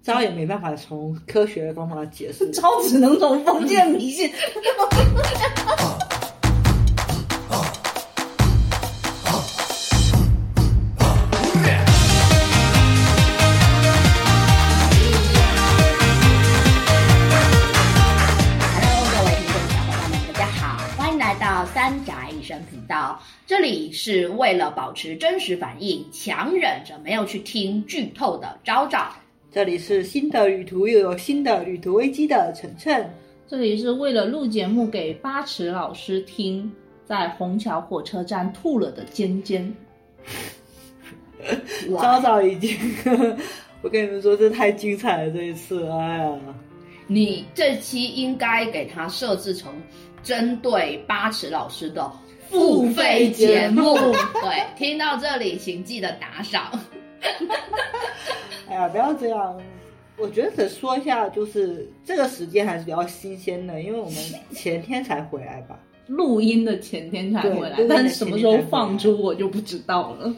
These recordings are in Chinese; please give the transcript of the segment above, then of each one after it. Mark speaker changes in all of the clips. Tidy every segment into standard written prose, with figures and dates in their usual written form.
Speaker 1: 招也没办法从科学的方法解释，
Speaker 2: 招只能从封建迷信。
Speaker 3: 三宅一生频道，这里是为了保持真实反应，强忍着没有去听剧透的昭昭。
Speaker 1: 这里是新的旅途又有新的旅途危机的晨晨。
Speaker 2: 这里是为了录节目给八尺老师听，在虹桥火车站吐了的尖尖。
Speaker 1: 昭昭已经，我跟你们说，这太精彩了这一次，哎呀！
Speaker 3: 你这期应该给他设置成针对八尺老师的付费节目。对，听到这里请记得打赏。
Speaker 1: 哎呀，不要这样！我觉得说一下，就是这个时间还是比较新鲜的，因为我们前天才回来吧，
Speaker 2: 录音的前天才回来，但是什么时候放出我就不知道了。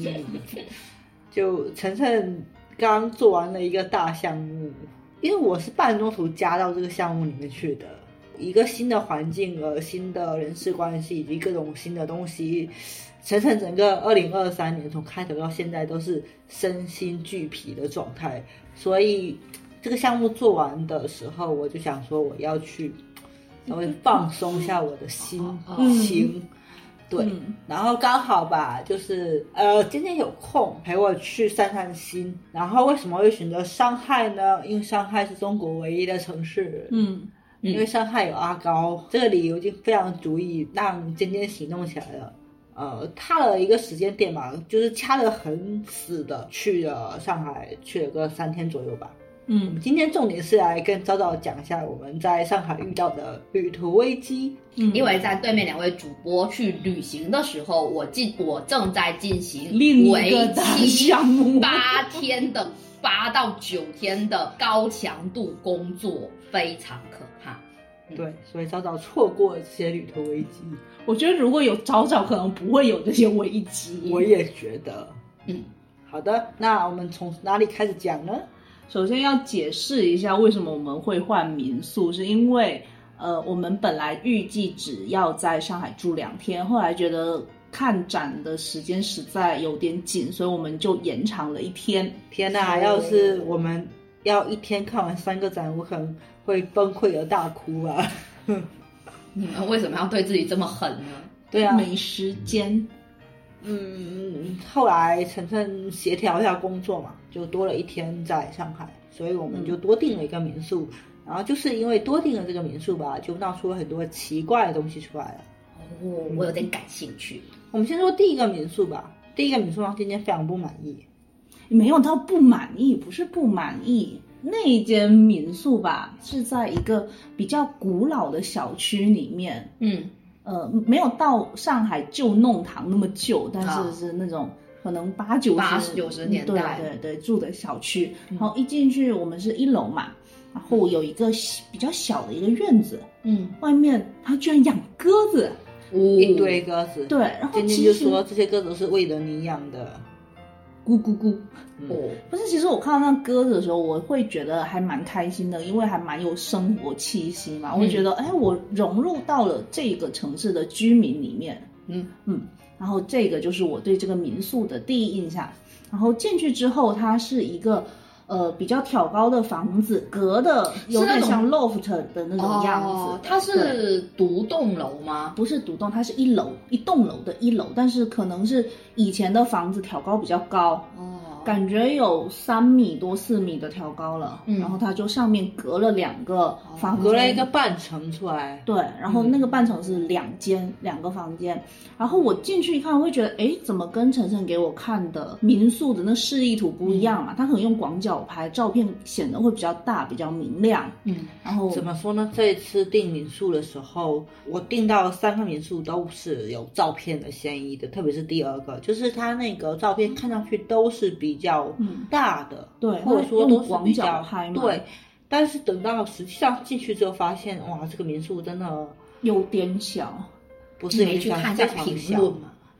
Speaker 1: 就晨晨刚做完了一个大项目，因为我是半中途加到这个项目里面去的。一个新的环境，新的人事关系以及各种新的东西，晨晨整个2023年从开头到现在都是身心俱疲的状态，所以这个项目做完的时候，我就想说我要去稍微放松一下我的心情。对，然后刚好吧，就是今天有空陪我去散散心。然后为什么会选择上海呢？因为上海是中国唯一的城市。因为上海有阿高，这个理由已经非常足以让尖尖行动起来了。踏了一个时间点嘛，就是掐得很死的去了上海，去了个3天左右吧。今天重点是来跟昭昭讲一下我们在上海遇到的旅途危机。
Speaker 3: 因为在对面两位主播去旅行的时候，我正在进行
Speaker 2: 另一个大项目
Speaker 3: 8天的8到9天的高强度工作，非常可怕。
Speaker 1: 对，所以昭昭错过了这些旅途危机。
Speaker 2: 我觉得如果有昭昭，可能不会有这些危机。
Speaker 1: 我也觉得。好的，那我们从哪里开始讲呢？
Speaker 2: 首先要解释一下为什么我们会换民宿，是因为我们本来预计只要在上海住2天，后来觉得看展的时间实在有点紧，所以我们就延长了1天。
Speaker 1: 天哪，要是我们要1天看完3个展，我可能会崩溃而大哭啊。
Speaker 3: 你们为什么要对自己这么狠呢？
Speaker 1: 对啊，
Speaker 2: 没时间。
Speaker 1: 后来晨晨协调一下工作嘛，就多了1天在上海，所以我们就多订了一个民宿。然后就是因为多订了这个民宿吧，就闹出了很多奇怪的东西出来了。
Speaker 3: 我有点感兴趣。
Speaker 1: 我们先说第一个民宿吧。第一个民宿让今天非常不满意。
Speaker 2: 没有到不满意，不是不满意。那间民宿吧，是在一个比较古老的小区里面。没有到上海旧弄堂那么旧，但是是那种可能80-90年代对住的小区。然后一进去，我们是1楼嘛，然后有一个比较小的一个院子。外面他居然养鸽子，
Speaker 1: 一堆鸽子。
Speaker 2: 对，然后
Speaker 1: 今天就说这些鸽子是为了你养的。
Speaker 2: 咕咕咕。不是，其实我看到那鸽子的时候，我会觉得还蛮开心的，因为还蛮有生活气息嘛。我会觉得，我融入到了这个城市的居民里面。然后这个就是我对这个民宿的第一印象。然后进去之后，它是一个比较挑高的房子，隔的有点像 loft 的那种样子。
Speaker 3: 它是独栋楼吗？
Speaker 2: 不是独栋，它是1楼，1栋楼的1楼，但是可能是以前的房子挑高比较高。感觉有3米多4米的挑高了。然后它就上面隔了2个房间，
Speaker 1: 隔了一个半层出来。
Speaker 2: 对，然后那个半层是2个房间。然后我进去一看，我会觉得怎么跟晨晨给我看的民宿的那示意图不一样嘛？他可能用广角拍，照片显得会比较大比较明亮。然后
Speaker 1: 怎么说呢，这一次订民宿的时候，我订到3个民宿都是有照片的嫌疑的，特别是第2个，就是他那个照片看上去都是比较大的。
Speaker 2: 对，
Speaker 1: 或者说都是比较
Speaker 2: 拍嘛。
Speaker 1: 对，但是等到实际上进去之后发现，哇，这个民宿真的
Speaker 2: 有点小。
Speaker 1: 不是
Speaker 3: 你没去看一下评论吗？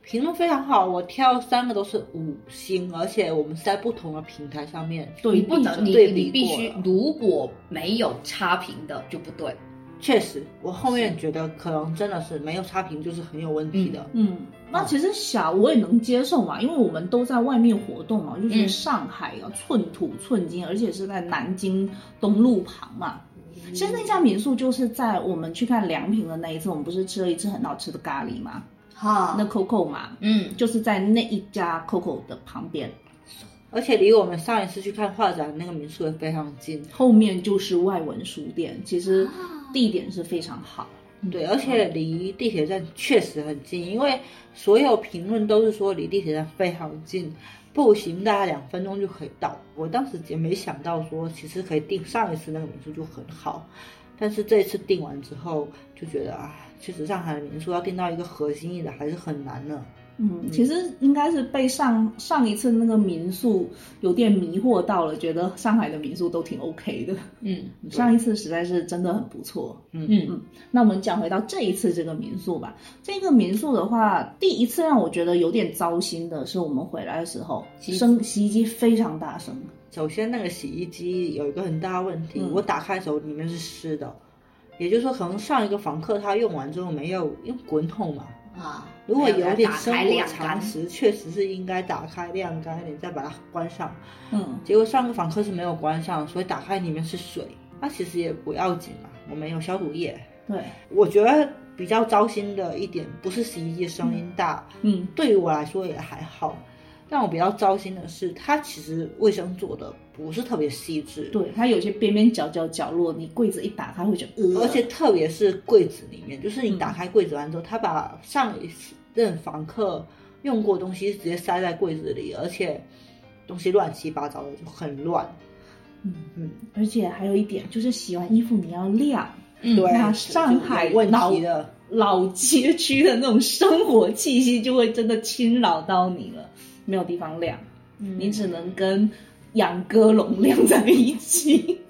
Speaker 1: 评论非常好，我挑3个都是5星，而且我们是在不同的平台上面
Speaker 3: 对比着，你必须如果没有差评的就不对。
Speaker 1: 确实，我后面觉得可能真的是没有差评就是很有问题的。
Speaker 2: 那其实小我也能接受嘛，因为我们都在外面活动嘛，就是上海啊，寸土寸金，而且是在南京东路旁嘛。其实那家民宿就是在我们去看良品的那一次，我们不是吃了一次很好吃的咖喱吗？那 Coco 嘛，就是在那一家 Coco 的旁边。
Speaker 1: 而且离我们上一次去看画展那个民宿也非常近，
Speaker 2: 后面就是外文书店，其实地点是非常好。
Speaker 1: 对，而且离地铁站确实很近，因为所有评论都是说离地铁站非常近，步行大概2分钟就可以到。我当时也没想到说其实可以订上一次那个民宿就很好，但是这次订完之后就觉得确实上海的民宿要订到一个合心意的还是很难呢。
Speaker 2: 其实应该是被上一次那个民宿有点迷惑到了，觉得上海的民宿都挺 OK 的。上一次实在是真的很不错。那我们讲回到这一次这个民宿吧。这个民宿的话，第一次让我觉得有点糟心的是我们回来的时候，洗衣机非常大声。
Speaker 1: 首先那个洗衣机有一个很大问题，我打开的时候里面是湿的，也就是说可能上一个房客他用完之后没有用滚筒嘛。如果有点生活常识，确实是应该打开晾干一点再把它关上。结果上个访客是没有关上，所以打开里面是水。那其实也不要紧嘛，我们有消毒液。
Speaker 2: 对，
Speaker 1: 我觉得比较糟心的一点不是洗衣机声音大，对于我来说也还好。让我比较糟心的是，它其实卫生做的不是特别细致。
Speaker 2: 对，它有些边边角落，你柜子一打开会觉得
Speaker 1: 而且特别是柜子里面，就是你打开柜子完之后，他把上一任房客用过的东西直接塞在柜子里，而且东西乱七八糟的，就很乱。
Speaker 2: 而且还有一点就是洗完衣服你要晾。
Speaker 1: 对，
Speaker 2: 那上海
Speaker 1: 问题的
Speaker 2: 老街区的那种生活气息就会真的侵扰到你了。没有地方晾，你只能跟养鸽笼晾在一起。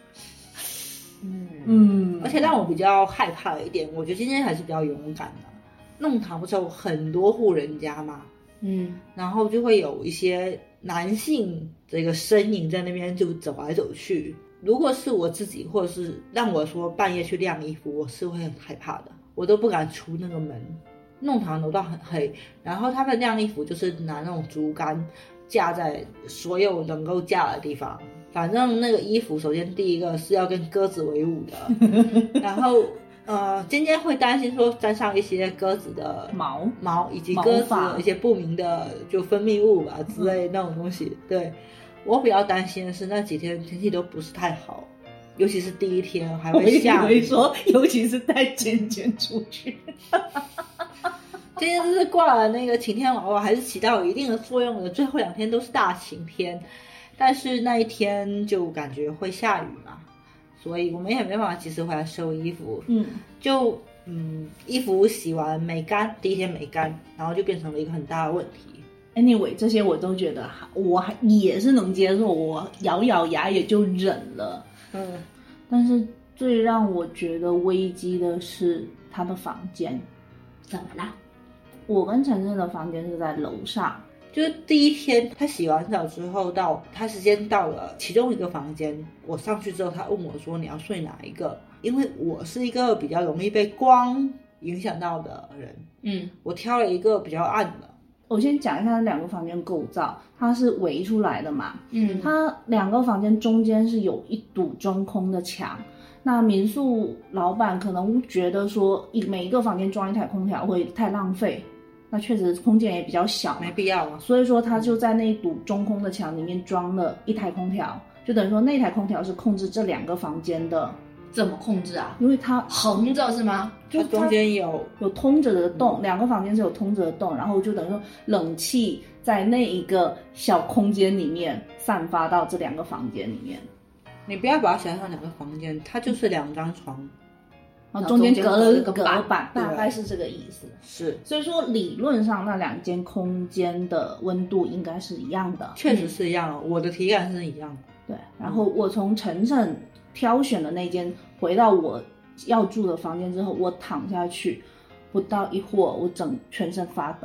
Speaker 1: 而且让我比较害怕的一点，我觉得今天还是比较勇敢的。弄堂不是有很多户人家嘛，然后就会有一些男性这个身影在那边就走来走去。如果是我自己，或者是让我说半夜去晾衣服，我是会很害怕的，我都不敢出那个门。弄堂楼道很黑，然后他们晾衣服就是拿那种竹竿架在所有能够架的地方。反正那个衣服首先第一个是要跟鸽子为伍的，然后尖尖会担心说沾上一些鸽子的毛以及鸽子的一些不明的就分泌物吧之类那种东西。对，我比较担心的是那几天天气都不是太好，尤其是第一天还会下雨。
Speaker 2: 我以为说尤其是带尖尖出去。
Speaker 1: 今天就是挂了那个晴天娃娃，还是起到有一定的作用的。最后2天都是大晴天，但是那一天就感觉会下雨嘛，所以我们也没办法及时回来收衣服。衣服洗完没干，第一天没干，然后就变成了一个很大的问题。
Speaker 2: Anyway， 这些我都觉得我也是能接受，我咬牙也就忍了。但是最让我觉得危机的是他的房间。
Speaker 3: 怎么啦？
Speaker 2: 我跟晨晨的房间是在楼上，
Speaker 1: 就是第一天他洗完澡之后到他时间到了其中一个房间，我上去之后他问我说你要睡哪一个，因为我是一个比较容易被光影响到的人，我挑了一个比较暗的。
Speaker 2: 我先讲一下2个房间构造，它是围出来的嘛，它2个房间中间是有一堵中空的墙。那民宿老板可能觉得说每一个房间装一台空调会太浪费，那确实空间也比较小，
Speaker 1: 没必要啊。
Speaker 2: 所以说他就在那一堵中空的墙里面装了一台空调，就等于说那台空调是控制这2个房间的。
Speaker 3: 怎么控制啊？
Speaker 2: 因为它
Speaker 3: 横着是吗？
Speaker 1: 就中间有
Speaker 2: 通着的洞，2个房间是有通着的洞，然后就等于说冷气在那一个小空间里面散发到这2个房间里面。
Speaker 1: 你不要把它想象2个房间，它就是2张床，
Speaker 2: 然后中间隔了隔板，大概是这个意思。
Speaker 1: 是，
Speaker 2: 所以说理论上那2间空间的温度应该是一样的。
Speaker 1: 确实是一样的，我的体感是一样的。
Speaker 2: 对，然后我从晨晨挑选的那间回到我要住的房间之后，我躺下去不到一会儿，我全身发抖。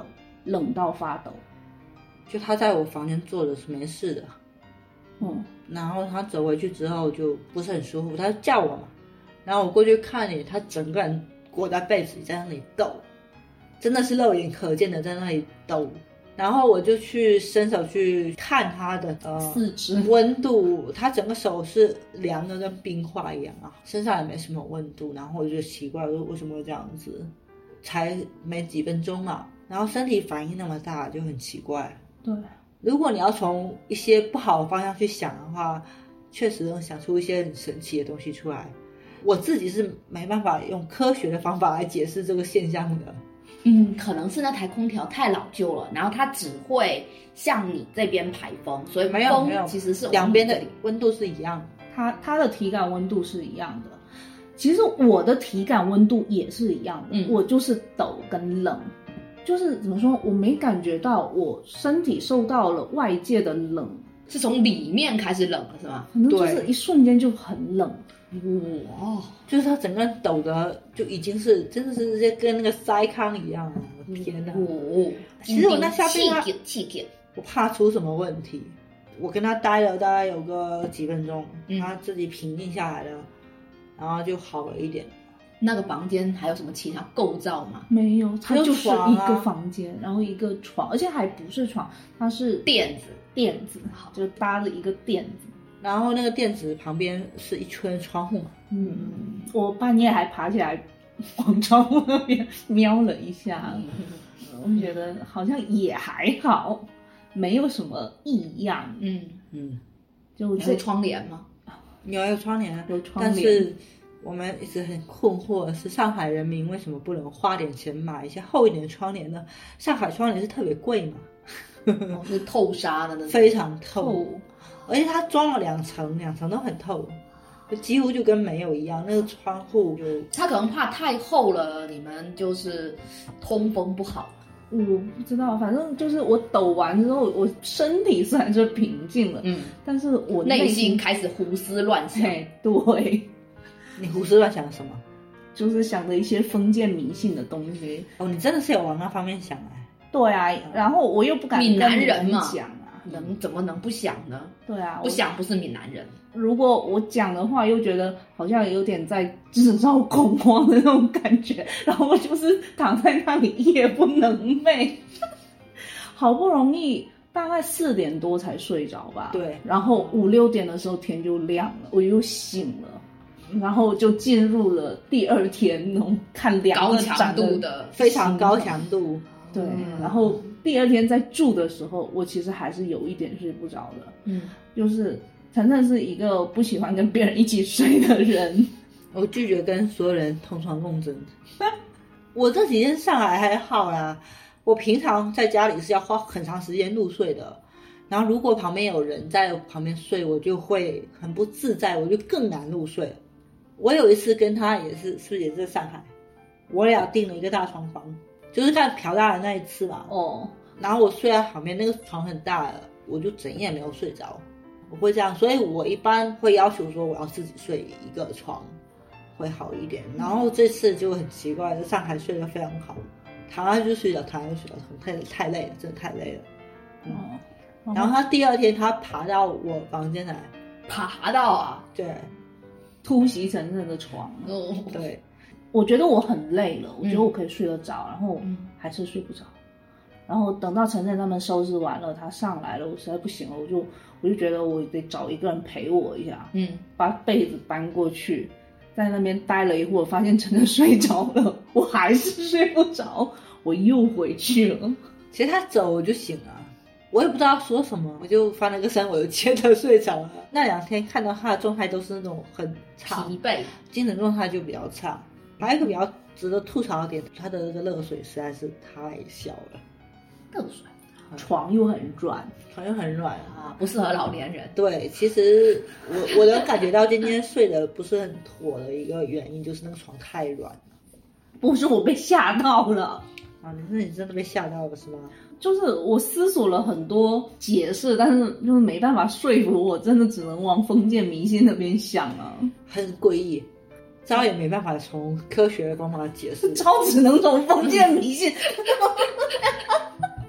Speaker 2: 冷到发抖。
Speaker 1: 就他在我房间坐着是没事的，然后他走回去之后就不是很舒服，他就叫我嘛，然后我过去看你，他整个人裹在被子里在那里抖，真的是肉眼可见的在那里抖。然后我就去伸手去看他的
Speaker 2: 四肢
Speaker 1: 温度，他整个手是凉的跟冰块一样啊，身上也没什么温度。然后我就奇怪，我说为什么会这样子？才没几分钟嘛，然后身体反应那么大，就很奇怪。
Speaker 2: 对，
Speaker 1: 如果你要从一些不好的方向去想的话，确实能想出一些很神奇的东西出来。我自己是没办法用科学的方法来解释这个现象的。
Speaker 3: 可能是那台空调太老旧了，然后它只会向你这边排风，所以风其实是
Speaker 1: 两边的温度是一样的，
Speaker 2: 它的体感温度是一样的。其实我的体感温度也是一样的，我就是抖跟冷，就是怎么说，我没感觉到我身体受到了外界的冷，
Speaker 3: 是从里面开始冷了是吗？
Speaker 2: 可能就是一瞬间就很冷。
Speaker 1: 哇，就是他整个人抖的就已经是真的是直接跟那个塞康一样了，我天哪！其实我那下边我怕出什么问题，我跟他待了大概有个几分钟，他自己平静下来了，然后就好了一点。
Speaker 3: 那个房间还有什么其他构造吗？
Speaker 2: 没有，它就是一个房间，然后一个床，而且还不是床，它是垫子，好，就搭了一个垫子。
Speaker 1: 然后那个垫子旁边是一圈窗户嘛，
Speaker 2: 我半夜还爬起来往窗户那边瞄了一下，我觉得好像也还好，没有什么异样。
Speaker 3: 就有窗帘吗？
Speaker 1: 有窗帘，
Speaker 2: 有窗帘。
Speaker 1: 但是我们一直很困惑的是，上海人民为什么不能花点钱买一些厚一点的窗帘呢？上海窗帘是特别贵嘛，
Speaker 3: 是透纱的那种，
Speaker 1: 非常透。而且它装了2层，2层都很透，几乎就跟没有一样。那个窗户就
Speaker 3: 它可能怕太厚了，你们就是通风不好。
Speaker 2: 我不知道，反正就是我抖完之后，我身体虽然是平静了，但是我
Speaker 3: 内心开始胡思乱想。
Speaker 2: 对，
Speaker 1: 你胡思乱想什么？
Speaker 2: 就是想着一些封建迷信的东西。
Speaker 1: 你真的是有往那方面想哎。
Speaker 2: 对啊，然后我又不敢跟
Speaker 3: 闽南人嘛
Speaker 2: 讲。
Speaker 3: 怎么能不想呢？
Speaker 2: 对啊，
Speaker 3: 不想不是闽南人。
Speaker 2: 如果我讲的话，又觉得好像有点在制造恐慌的那种感觉，然后我就是躺在那里夜不能寐，好不容易大概4点多才睡着吧。
Speaker 1: 对，
Speaker 2: 然后5、6点的时候天就亮了，我又醒了，然后就进入了第2天那种看2个展
Speaker 3: 的
Speaker 1: 非常高强度。
Speaker 2: 对，然后第2天在住的时候，我其实还是有一点睡不着的。就是晨晨是一个不喜欢跟别人一起睡的人，
Speaker 1: 我拒绝跟所有人同床共枕。我这几天上来还好啦，我平常在家里是要花很长时间入睡的，然后如果旁边有人在旁边睡，我就会很不自在，我就更难入睡。我有一次跟他也是，是不是也是在上海，我俩订了一个大床房。就是看朴大人那一次嘛，然后我睡在旁边，那个床很大了，我就整夜没有睡着，我会这样，所以我一般会要求说我要自己睡一个床会好一点。然后这次就很奇怪，在上海睡得非常好，躺下就睡着，躺下就睡着，太累了，真的太累了。然后他第2天他爬到我房间来，
Speaker 3: 爬到啊，
Speaker 1: 对，
Speaker 2: 突袭晨晨的床，
Speaker 1: 对。
Speaker 2: 我觉得我很累了，我觉得我可以睡得着，然后还是睡不着。然后等到晨晨他们收拾完了，他上来了，我实在不行了，我就觉得我得找一个人陪我一下，把被子搬过去，在那边待了一会儿，发现晨晨睡着了，我还是睡不着，我又回去了。
Speaker 1: 其实他走我就醒了，我也不知道说什么，我就翻了个身，我就接着睡着了。那2天看到他的状态都是那种很差，
Speaker 3: 疲惫，
Speaker 1: 精神状态就比较差。还有一个比较值得吐槽的点，他的这个热水实在是太小了。
Speaker 3: 热水，
Speaker 2: 床又很软，
Speaker 3: 不适合老年人。
Speaker 1: 对，其实我能感觉到今天睡得不是很妥的一个原因，就是那个床太软了。
Speaker 2: 不是我被吓到了
Speaker 1: 啊！你真的被吓到了是吗？
Speaker 2: 就是我思索了很多解释，但是就是没办法说服我，真的只能往封建迷信那边想啊，
Speaker 1: 很诡异。招也没办法从科学的方法解释，
Speaker 2: 招只能从封建迷信。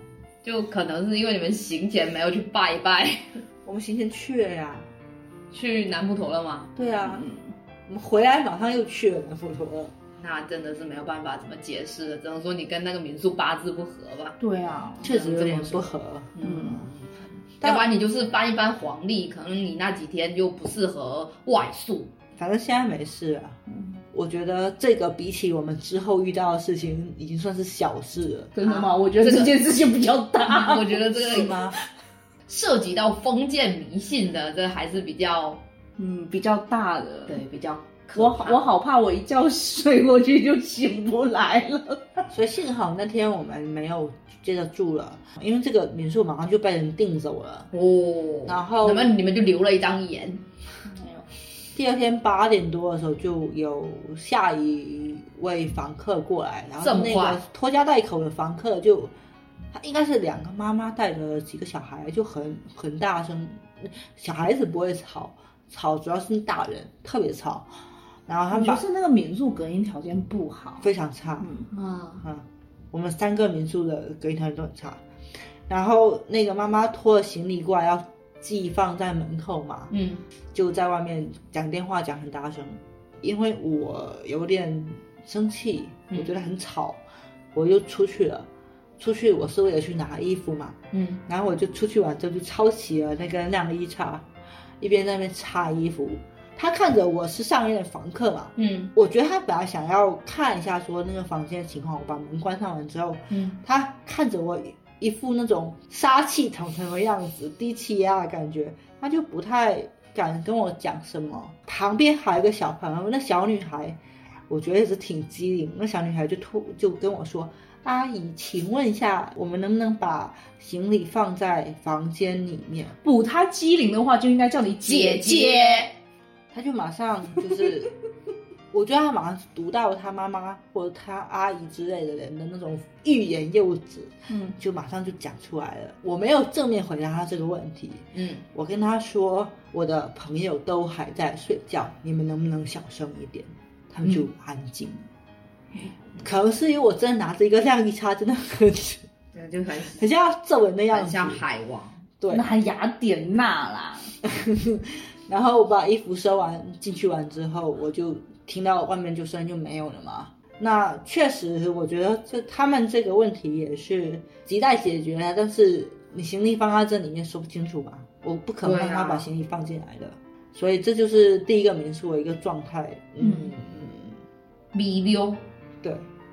Speaker 3: 就可能是因为你们行前没有去拜一拜。
Speaker 1: 我们行前去了呀，
Speaker 3: 去南普陀了吗？
Speaker 1: 对啊，我们回来马上又去了南普陀了。
Speaker 3: 那真的是没有办法怎么解释了，只能说你跟那个民宿八字不合吧。
Speaker 2: 对啊，
Speaker 1: 确实有点不合。
Speaker 3: 要不然你就是翻一翻黄历，可能你那几天就不适合外宿。
Speaker 1: 反正现在没事啊。我觉得这个比起我们之后遇到的事情，已经算是小事了。
Speaker 2: 真的吗？我觉得这件事情比较大。
Speaker 3: 我觉得这个
Speaker 1: 是吗？
Speaker 3: 涉及到封建迷信的，这还是比较
Speaker 2: 大的。
Speaker 3: 对，比较
Speaker 2: 我好怕我一觉睡过去就醒不来了。
Speaker 1: 所以幸好那天我们没有接着住了，因为这个民宿马上就被人订走了。然后
Speaker 3: 你们就留了一张言。
Speaker 2: 没有。
Speaker 1: 第二天8点多的时候，就有下一位房客过来，然后那个拖家带口的房客他应该是2个妈妈带着几个小孩，就很大声，小孩子不会吵主要是大人特别吵。然后他们
Speaker 2: 就是那个民宿隔音条件不好，
Speaker 1: 非常差。我们3个民宿的隔音条件都很差。然后那个妈妈拖了行李过来要寄放在门口嘛，就在外面讲电话讲很大声，因为我有点生气，我觉得很吵，我就出去了。出去我是为了去拿衣服嘛，然后我就出去完之后就抄起了那个晾衣叉，一边在那边擦衣服。他看着我是上面的房客嘛，我觉得他本来想要看一下说那个房间的情况，我把门关上完之后，他看着我一副那种杀气腾腾的样子，低气压的感觉，他就不太敢跟我讲什么。旁边还有一个小朋友，那小女孩我觉得也是挺机灵，那小女孩就跟我说，阿姨请问一下我们能不能把行李放在房间里面。
Speaker 2: 不，她机灵的话就应该叫你姐姐。
Speaker 1: 他就马上就是我觉得他马上读到他妈妈或者他阿姨之类的人的那种欲言又止，就马上就讲出来了。我没有正面回答他这个问题，我跟他说我的朋友都还在睡觉，你们能不能小声一点？他们就安静了。可能是因为我真的拿着一个晾衣叉，真的很像皱纹的样子，
Speaker 3: 很像海王。
Speaker 1: 对，
Speaker 2: 那还雅典娜啦。
Speaker 1: 然后我把衣服收完进去完之后，我就听到外面就声音就没有了嘛。那确实我觉得他们这个问题也是亟待解决的，但是你行李放在这里面说不清楚吧，我不可能让他把行李放进来的。所以这就是第一个民宿的一个状态。
Speaker 3: 迷溜。
Speaker 1: 对。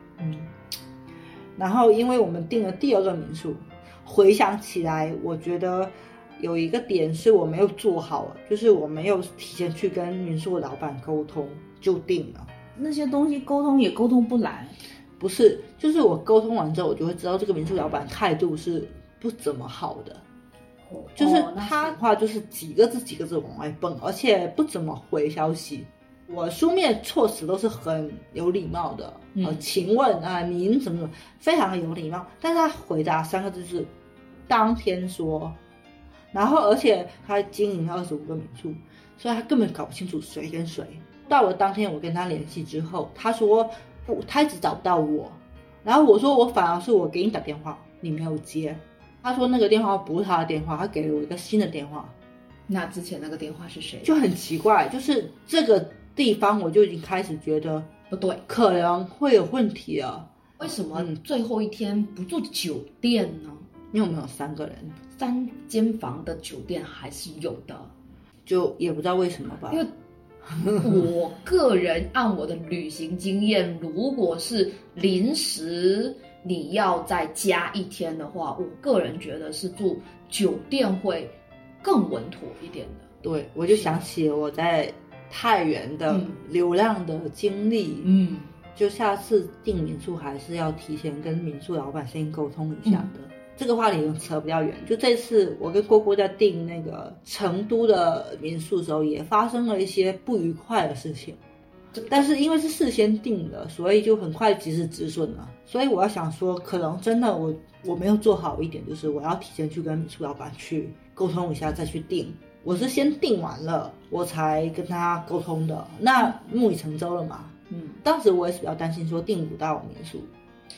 Speaker 1: 然后因为我们订了第二个民宿，回想起来我觉得有一个点是我没有做好了，就是我没有提前去跟民宿的老板沟通就定了。
Speaker 2: 那些东西沟通也沟通不来。
Speaker 1: 不是，就是我沟通完之后我就会知道这个民宿老板态度是不怎么好的。就是他的话就是几个字往外蹦，而且不怎么回消息。我书面措辞都是很有礼貌的，请问啊您怎么非常的有礼貌，但是他回答3个字是当天说。然后而且他经营了25个民宿，所以他根本搞不清楚谁跟谁。到了当天我跟他联系之后，他说不，他一直找不到我。然后我说我反而是我给你打电话你没有接。他说那个电话不是他的电话，他给了我一个新的电话。
Speaker 3: 那之前那个电话是谁？
Speaker 1: 就很奇怪，就是这个地方我就已经开始觉得
Speaker 3: 不对，
Speaker 1: 可能会有问题了。
Speaker 3: 为什么最后一天不住酒店呢？
Speaker 1: 因为我们有3个人
Speaker 3: ，3间房的酒店还是有的，
Speaker 1: 就也不知道为什么吧。
Speaker 3: 因为我个人按我的旅行经验，如果是临时你要再加1天的话，我个人觉得是住酒店会更稳妥一点的。
Speaker 1: 对，我就想起我在太原的流浪的经历，就下次订民宿还是要提前跟民宿老板先沟通一下的。这个话题扯比较远，就这次我跟郭郭在订那个成都的民宿的时候，也发生了一些不愉快的事情。但是因为是事先订的，所以就很快及时止损了。所以我要想说，可能真的我没有做好一点，就是我要提前去跟民宿老板去沟通一下再去订。我是先订完了我才跟他沟通的，那木已成舟了嘛。当时我也是比较担心说订不到民宿。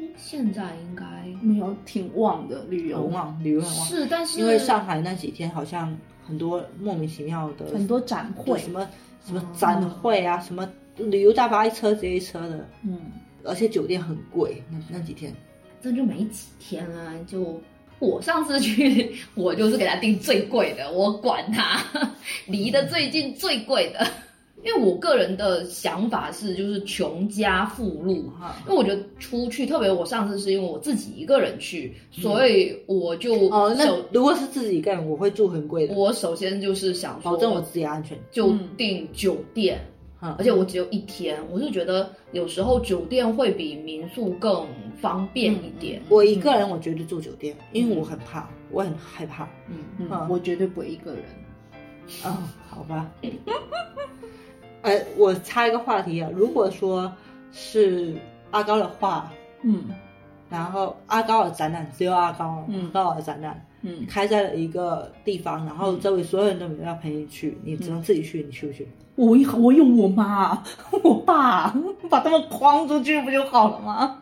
Speaker 3: 现在应该
Speaker 2: 没有，挺旺的旅游，
Speaker 1: 旅游很旺。
Speaker 3: 是，但是
Speaker 1: 因为上海那几天好像很多莫名其妙的
Speaker 2: 很多展会，
Speaker 1: 什么展会啊，什么旅游大巴一车接一车的，而且酒店很贵，那几天。
Speaker 3: 这就没几天啊，就我上次去，我就是给他订最贵的，我管他，离得最近最贵的。因为我个人的想法是，就是穷家富路，因为我觉得出去，特别我上次是因为我自己一个人去，所以我就
Speaker 1: 那如果是自己一个人，我会住很贵的。
Speaker 3: 我首先就是想说，
Speaker 1: 保证我自己安全，
Speaker 3: 就订酒店。而且我只有1天，我就觉得有时候酒店会比民宿更方便一点。
Speaker 1: 我一个人我绝对住酒店，因为我很怕，我很害怕。
Speaker 2: 我绝对不会一个人。
Speaker 1: 好吧。我插一个话题啊，如果说是阿高的话，然后阿高的展览只有阿高的展览，开在了一个地方，然后周围所有人都没有要陪你去，你只能自己去，你去不去？
Speaker 2: 我有我妈我爸，把他们框出去不就好了吗？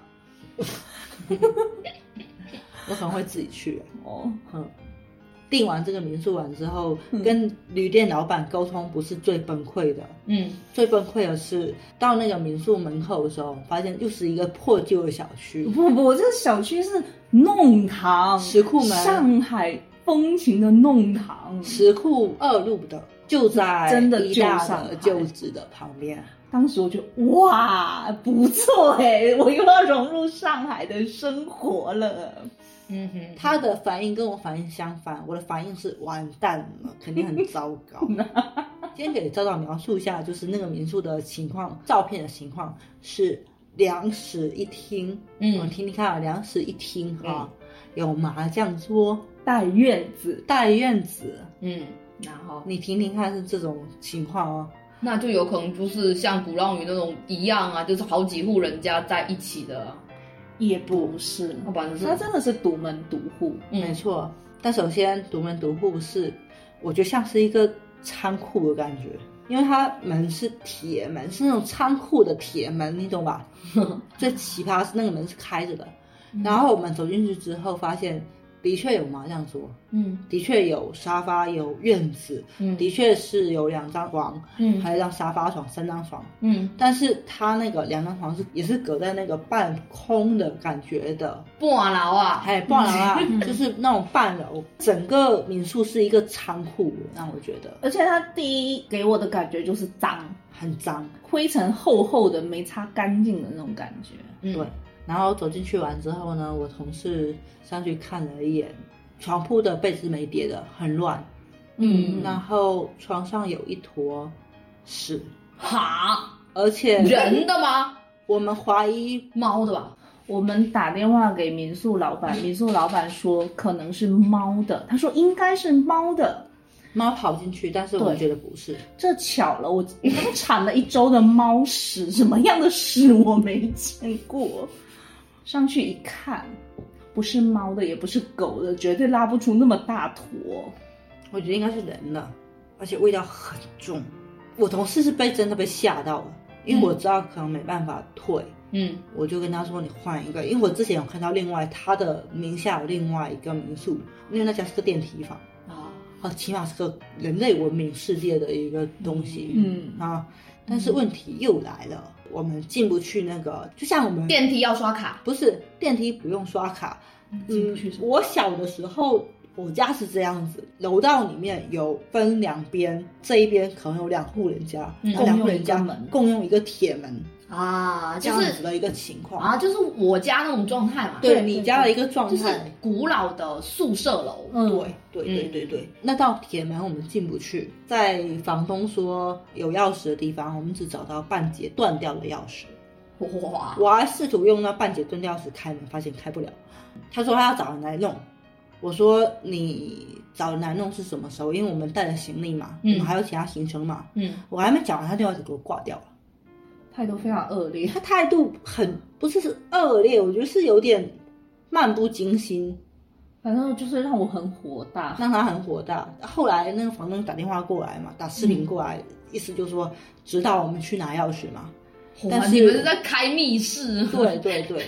Speaker 1: 我可能会自己去。订完这个民宿完之后，跟旅店老板沟通不是最崩溃的，最崩溃的是到那个民宿门口的时候，发现又是一个破旧的小区。
Speaker 2: 不，这个小区是弄堂，
Speaker 1: 石库门，
Speaker 2: 上海风情的弄堂，
Speaker 1: 石库2路的，就在
Speaker 2: 真的
Speaker 1: 一大的旧址的旁边。
Speaker 2: 当时我就哇，不错我又要融入上海的生活了。
Speaker 1: 他的反应跟我反应相反，我的反应是完蛋了，肯定很糟糕。今天给赵导描述一下，就是那个民宿的情况，照片的情况是2室1厅，我听听看，2室1厅有麻将桌，
Speaker 2: 带院子，
Speaker 3: 然后
Speaker 1: 你听听看是这种情况
Speaker 3: 那就有可能就是像鼓浪屿那种一样啊，就是好几户人家在一起的。
Speaker 2: 也不是，它真的是独门独户，
Speaker 1: 没错。但首先独门独户是，我觉得像是一个仓库的感觉，因为它门是铁门，是那种仓库的铁门，你懂吧？最奇葩是那个门是开着的，然后我们走进去之后发现，的确有麻将桌，的确有沙发，有院子，的确是有2张床，还有1张沙发床，3张床，但是它那个2张床也是隔在那个半空的感觉的，
Speaker 3: 半楼啊，
Speaker 1: 半楼啊，就是那种半楼，整个民宿是一个仓库，让我觉得，
Speaker 2: 而且它第一给我的感觉就是脏，
Speaker 1: 很脏，
Speaker 2: 灰尘厚厚的，没擦干净的那种感觉，
Speaker 1: 对。然后走进去完之后呢，我同事上去看了一眼，床铺的被子没叠的，很乱，然后床上有一坨屎，而且
Speaker 3: 人的吗？
Speaker 1: 我们怀疑
Speaker 3: 猫的吧。
Speaker 2: 我们打电话给民宿老板，民宿老板说可能是猫的，他说应该是猫的，
Speaker 1: 猫跑进去，但是我觉得不是。
Speaker 2: 这巧了，我刚铲了1周的猫屎，什么样的屎我没见过。上去一看，不是猫的，也不是狗的，绝对拉不出那么大坨。
Speaker 1: 我觉得应该是人的，而且味道很重。我同事是真的被吓到了，因为我知道可能没办法退，我就跟他说你换一个，因为我之前有看到另外他的名下有另外一个民宿，因为那家是个电梯房起码是个人类文明世界的一个东西，但是问题又来了，我们进不去那个，就像我们
Speaker 3: 电梯要刷卡，
Speaker 1: 不是电梯不用刷卡。我小的时候，我家是这样子，楼道里面有分2边，这一边可能有2户人家，2户人家共用一个铁门这样子的一个情况
Speaker 3: 就是我家那种状态嘛。
Speaker 1: 对，你家的一个状态，
Speaker 3: 就是古老的宿舍楼。
Speaker 1: 对。那道铁门我们进不去，在房东说有钥匙的地方，我们只找到半截断掉的钥匙。
Speaker 3: 哇！
Speaker 1: 我还试图用那半截断掉钥匙开门，发现开不了。他说他要找人来弄。我说你找人来弄是什么时候？因为我们带着行李嘛，我们还有其他行程嘛。我还没讲完，他电话就给我挂掉了。
Speaker 2: 态度非常恶劣，
Speaker 1: 他态度不是恶劣，我觉得是有点漫不经心，
Speaker 2: 反正就是让我很火大，
Speaker 1: 让他很火大。后来那个房东打电话过来嘛，打视频过来，意思就是说指导我们去拿钥匙嘛。
Speaker 3: 但是你们是在开密室。
Speaker 1: 对，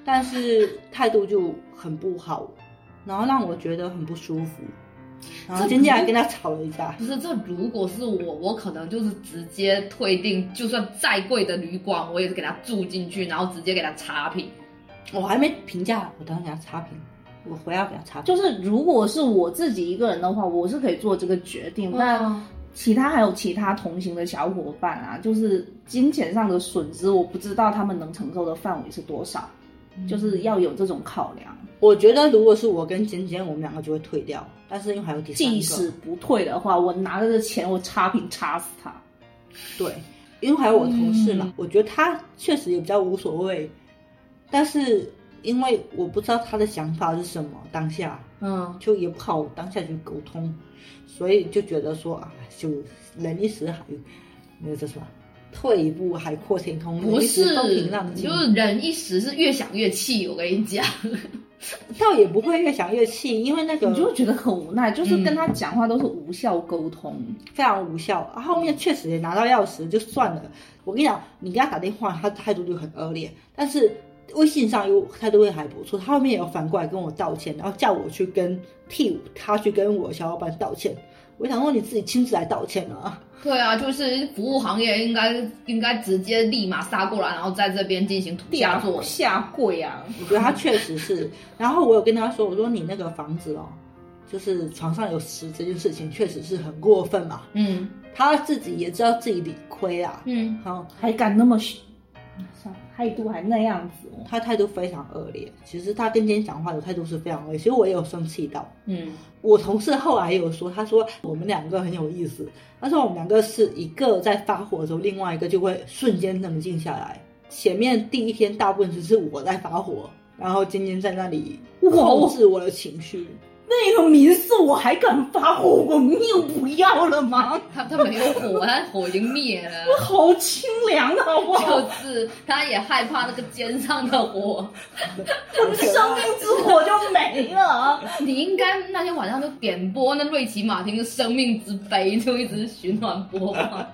Speaker 1: 但是态度就很不好，然后让我觉得很不舒服。然后今天还跟他吵了一架。
Speaker 3: 不是，这如果是我可能就是直接退订，就算再贵的旅馆，我也是给他住进去，然后直接给他差评。
Speaker 1: 我还没评价，我等下给他差评。我回来给他差评。
Speaker 2: 就是如果是我自己一个人的话，我是可以做这个决定，但还有其他同行的小伙伴啊，就是金钱上的损失，我不知道他们能承受的范围是多少，就是要有这种考量。
Speaker 1: 我觉得如果是我跟简简，我们两个就会退掉，但是因为还有第三个，
Speaker 2: 即使不退的话，我拿着这钱我差评插死他。
Speaker 1: 对，因为还有我同事嘛，我觉得他确实也比较无所谓，但是因为我不知道他的想法是什么，当下就也不好当下去沟通，所以就觉得说啊，就忍一时那个叫什么，退一步海阔天空。
Speaker 3: 不是，
Speaker 1: 风平浪静，
Speaker 3: 就是忍一时，是越想越气。我跟你讲，
Speaker 1: 倒也不会越想越气，因为那个
Speaker 2: 你就会觉得很无奈，就是跟他讲话都是无效沟通，
Speaker 1: 非常无效。后面确实也拿到钥匙就算了，我跟你讲，你跟他打电话，他态度就很恶劣，但是微信上又态度会还不错，他后面也有反过来跟我道歉，然后叫我去替他去跟我小老板道歉。我想说你自己亲自来道歉啊。
Speaker 3: 对啊，就是服务行业应该直接立马杀过来，然后在这边进行土下座
Speaker 2: 下跪啊。
Speaker 1: 我觉得他确实是。然后我有跟他说，我说你那个房子哦，就是床上有屎这件事情确实是很过分嘛。他自己也知道自己理亏啊。好，
Speaker 2: 还敢那么态度还那样子哦。
Speaker 1: 他态度非常恶劣，其实他跟今天讲话的态度是非常恶劣，其实我也有生气到。我同事后来也有说，他说我们两个很有意思，他说我们两个是一个在发火的时候，另外一个就会瞬间冷静下来。前面第一天大部分是我在发火，然后今天在那里控制我的情绪。
Speaker 2: 那个民宿我还敢发火，我命不要了吗？
Speaker 3: 他没有火，他火已经灭了。
Speaker 2: 好清凉的好不好？
Speaker 3: 就是他也害怕那个肩上的火，
Speaker 2: 我的生命之火就没了。
Speaker 3: 你应该那天晚上就点播那瑞奇马汀的《生命之杯》，就一直循环播放。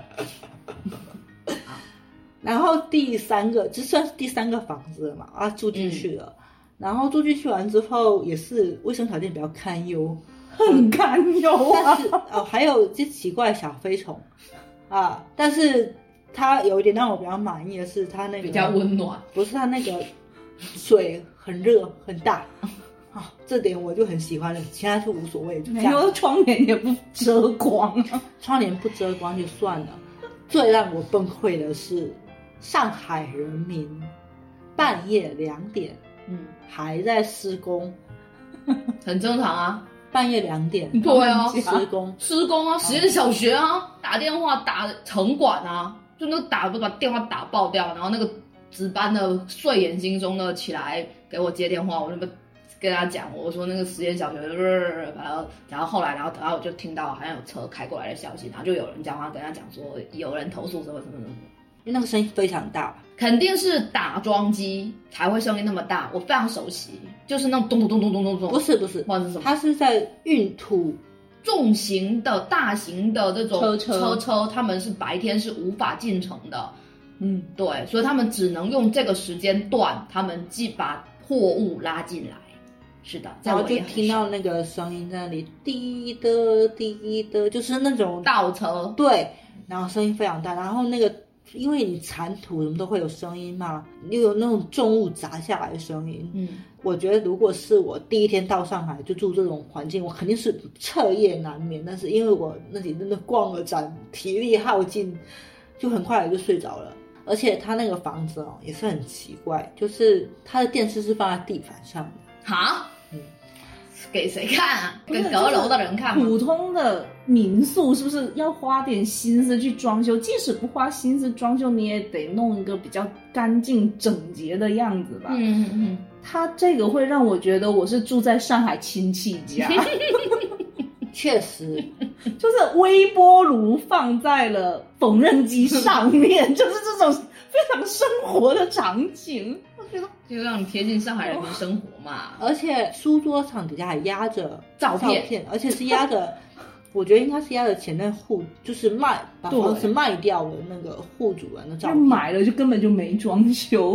Speaker 1: 然后第三个，这算是第三个房子了嘛？住进去了。然后住进去完之后，也是卫生条件比较堪忧，
Speaker 2: 很堪忧啊。
Speaker 1: 但是还有这奇怪的小飞虫啊，但是它有一点让我比较满意的是，它那个
Speaker 3: 比较温暖，
Speaker 1: 不是它那个水很热很大啊，这点我就很喜欢了，其他就无所谓。
Speaker 2: 没有窗帘也不遮光，
Speaker 1: 窗帘不遮光就算了，最让我崩溃的是上海人民半夜2点。还在施工，
Speaker 3: 很正常啊。
Speaker 1: 半夜2点，
Speaker 3: 对啊，
Speaker 1: 施工
Speaker 3: 啊，实验小学啊，打电话打城管啊，就那个把电话打爆掉，然后那个值班的睡眼惺忪的起来给我接电话，我就跟他讲，我说那个实验小学，然后后来，然后我就听到好像有车开过来的消息，然后就有人讲话跟他讲说有人投诉什么什么什么。
Speaker 1: 因为那个声音非常大，
Speaker 3: 肯定是打桩机才会声音那么大。我非常熟悉，就是那种咚咚咚咚咚咚咚。不
Speaker 1: 是，
Speaker 3: 或者是什么？
Speaker 1: 它是在运土，
Speaker 3: 重型的、大型的这种车，他们是白天是无法进城的。对，所以他们只能用这个时间段，他们把货物拉进来。是的，
Speaker 1: 然后就听到那个声音在那里滴的滴的，就是那种
Speaker 3: 倒车。
Speaker 1: 对，然后声音非常大，然后那个。因为你铲土什么都会有声音嘛，又有那种重物砸下来的声音。我觉得如果是我第一天到上海就住这种环境，我肯定是彻夜难眠。但是因为我那里真的逛了展，体力耗尽，就很快就睡着了。而且他那个房子也是很奇怪，就是他的电视是放在地板上的。
Speaker 3: 哈？给谁看啊？给阁楼的人看吗？
Speaker 2: 普通的民宿是不是要花点心思去装修？即使不花心思装修，你也得弄一个比较干净整洁的样子吧。他这个会让我觉得我是住在上海亲戚家。
Speaker 1: 确实，
Speaker 2: 就是微波炉放在了缝纫机上面，就是这种非常生活的场景。
Speaker 3: 就让你贴近上海人民生活嘛。
Speaker 1: 而且书桌上底下还压着
Speaker 3: 照片，
Speaker 1: 而且是压着我觉得应该是压着前任户，就是把房子卖掉的那个户主人的照片。
Speaker 2: 买了就根本就没装修。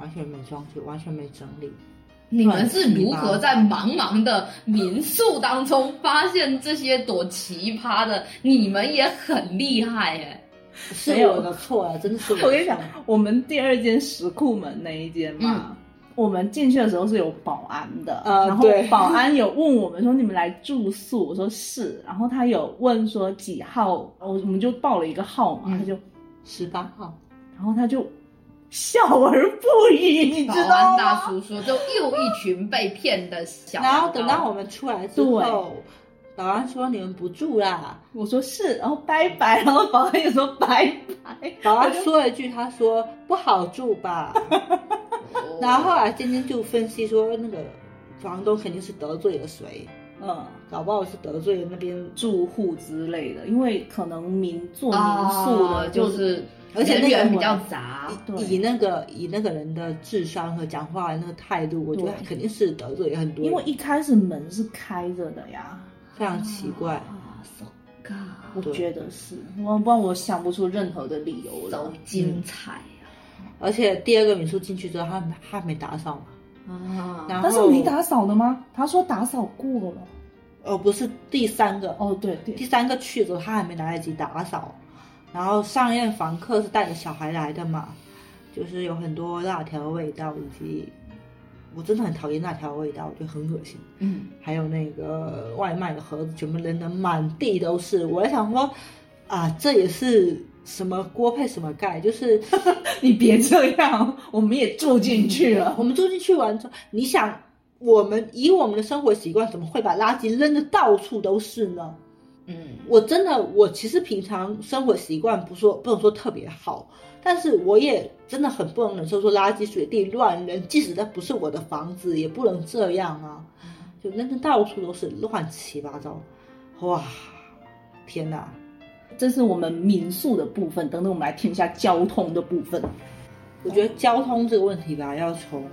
Speaker 1: 完全没装修，完全没整理。
Speaker 3: 你们是如何在茫茫的民宿当中发现这些朵奇葩的？你们也很厉害耶！
Speaker 1: 是我的错啊，真的是我的错。
Speaker 2: 我跟你讲，我们第二间石库门那一间嘛，我们进去的时候是有保安的，然后保安有问我们说你们来住宿，我说是，然后他有问说几号，我们就报了一个号嘛，他就
Speaker 1: 18号，
Speaker 2: 然后他就笑而不语，你知道吗？
Speaker 3: 保安大叔说，就又一群被骗的小。
Speaker 1: 然后等到我们出来之后，保安说你们不住啦，
Speaker 2: 我说是，然后拜拜，然后保安也说拜拜。
Speaker 1: 保安说了一句，他说不好住吧。然后后来尖尖就分析说，那个房东肯定是得罪了谁，搞不好是得罪了那边
Speaker 2: 住户之类的，因为可能做民宿的
Speaker 3: 就是。
Speaker 1: 而且那个
Speaker 3: 人比较杂，
Speaker 1: 以那个人的智商和讲话的那个态度，我觉得肯定是得罪很多人。
Speaker 2: 因为一开始门是开着的呀，
Speaker 1: 非常奇怪。
Speaker 2: 我觉得是，不然我想不出任何的理由了。
Speaker 3: 都精彩啊！
Speaker 1: 而且第二个民宿进去之后，他没打扫嘛，
Speaker 2: 但是没打扫的吗？他说打扫过了。
Speaker 1: 不是第三个
Speaker 2: 对，
Speaker 1: 第三个去的时候他还没来得及打扫。然后上一任房客是带着小孩来的嘛，就是有很多辣条味道，以及我真的很讨厌辣条味道，我觉得很恶心。还有那个外卖的盒子全部扔得满地都是，我在想说这也是什么锅配什么盖，就是
Speaker 2: 你别这样，我们也住进去了。
Speaker 1: 我们住进去完之后，你想我们以我们的生活习惯，怎么会把垃圾扔得到处都是呢？我其实平常生活习惯不能说特别好，但是我也真的很不能忍受说垃圾随地乱扔，即使那不是我的房子也不能这样啊，就扔得到处都是乱七八糟。哇，天哪！
Speaker 2: 这是我们民宿的部分，等等我们来听一下交通的部分。
Speaker 1: 我觉得交通这个问题吧，要从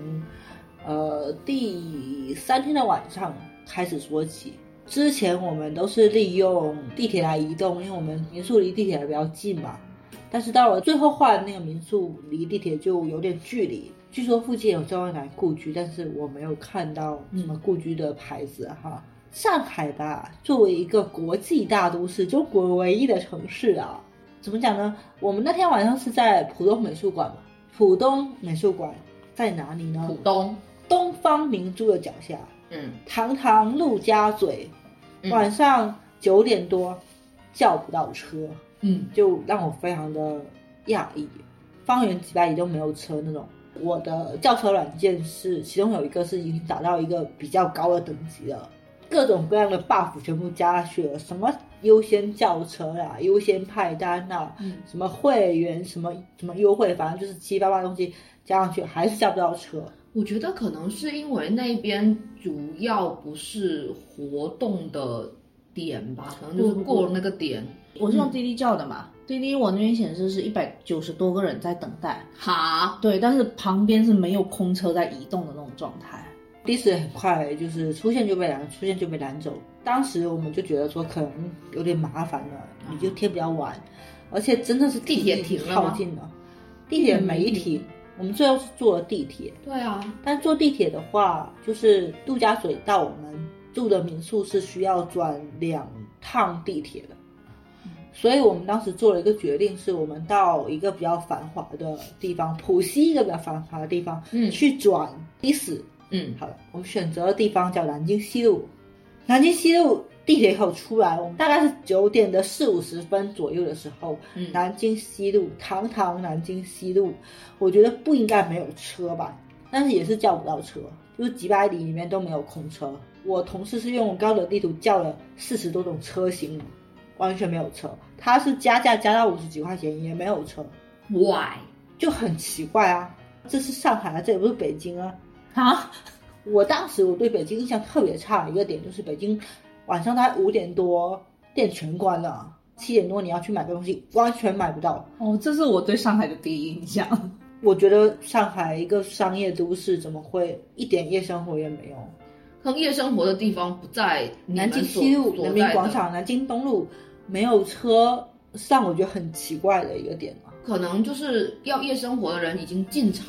Speaker 1: 第3天的晚上开始说起。之前我们都是利用地铁来移动，因为我们民宿离地铁比较近嘛。但是到了最后换那个民宿，离地铁就有点距离。据说附近有中央台故居，但是我没有看到什么故居的牌子哈。上海吧，作为一个国际大都市，中国唯一的城市啊，怎么讲呢？我们那天晚上是在浦东美术馆嘛。浦东美术馆在哪里呢？
Speaker 3: 浦东
Speaker 1: 东方明珠的脚下。堂堂陆家嘴，晚上9点多叫不到车，就让我非常的讶异，方圆几百里都没有车那种。我的叫车软件是其中有一个是已经达到一个比较高的等级了，各种各样的 buff 全部加上去了，什么优先叫车啦，优先派单啦，什么会员什么优惠，反正就是7、8八东西加上去还是叫不到车。
Speaker 3: 我觉得可能是因为那边主要不是活动的点吧，可能就是过了那个点。
Speaker 2: 我是用滴滴叫的嘛，滴滴我那边显示是190多个人在等待。对，但是旁边是没有空车在移动的那种状态。
Speaker 1: 的士很快就是出现就被拦走。当时我们就觉得说可能有点麻烦了，你就贴比较晚，而且真的是
Speaker 3: 地铁停了吗？
Speaker 1: 靠近了，地铁没停。我们最后是坐了地铁。
Speaker 3: 对啊，
Speaker 1: 但坐地铁的话，就是陆家嘴到我们住的民宿是需要转2趟地铁的。所以我们当时做了一个决定，是我们到一个比较繁华的地方，浦西一个比较繁华的地方，去转的士。好了，我们选择的地方叫南京西路。南京西路地铁口出来，我们大概是9点的40-50分左右的时候，南京西路，堂堂南京西路，我觉得不应该没有车吧，但是也是叫不到车，就是几百里里面都没有空车。我同事是用高德地图叫了40多种车型，完全没有车，他是加价加到50几块钱也没有车。
Speaker 3: Why？
Speaker 1: 就很奇怪啊，这是上海啊，这也不是北京啊。我当时我对北京印象特别差的一个点就是北京晚上大概5点多店全关了，7点多你要去买个东西完全买不到。
Speaker 2: 这是我对上海的第一印象。
Speaker 1: 我觉得上海一个商业都市怎么会一点夜生活也没有？
Speaker 3: 可能夜生活的地方不在
Speaker 1: 南京西路、人民广场、南京东路没有车，是让我觉得很奇怪的一个点。
Speaker 3: 可能就是要夜生活的人已经进场了，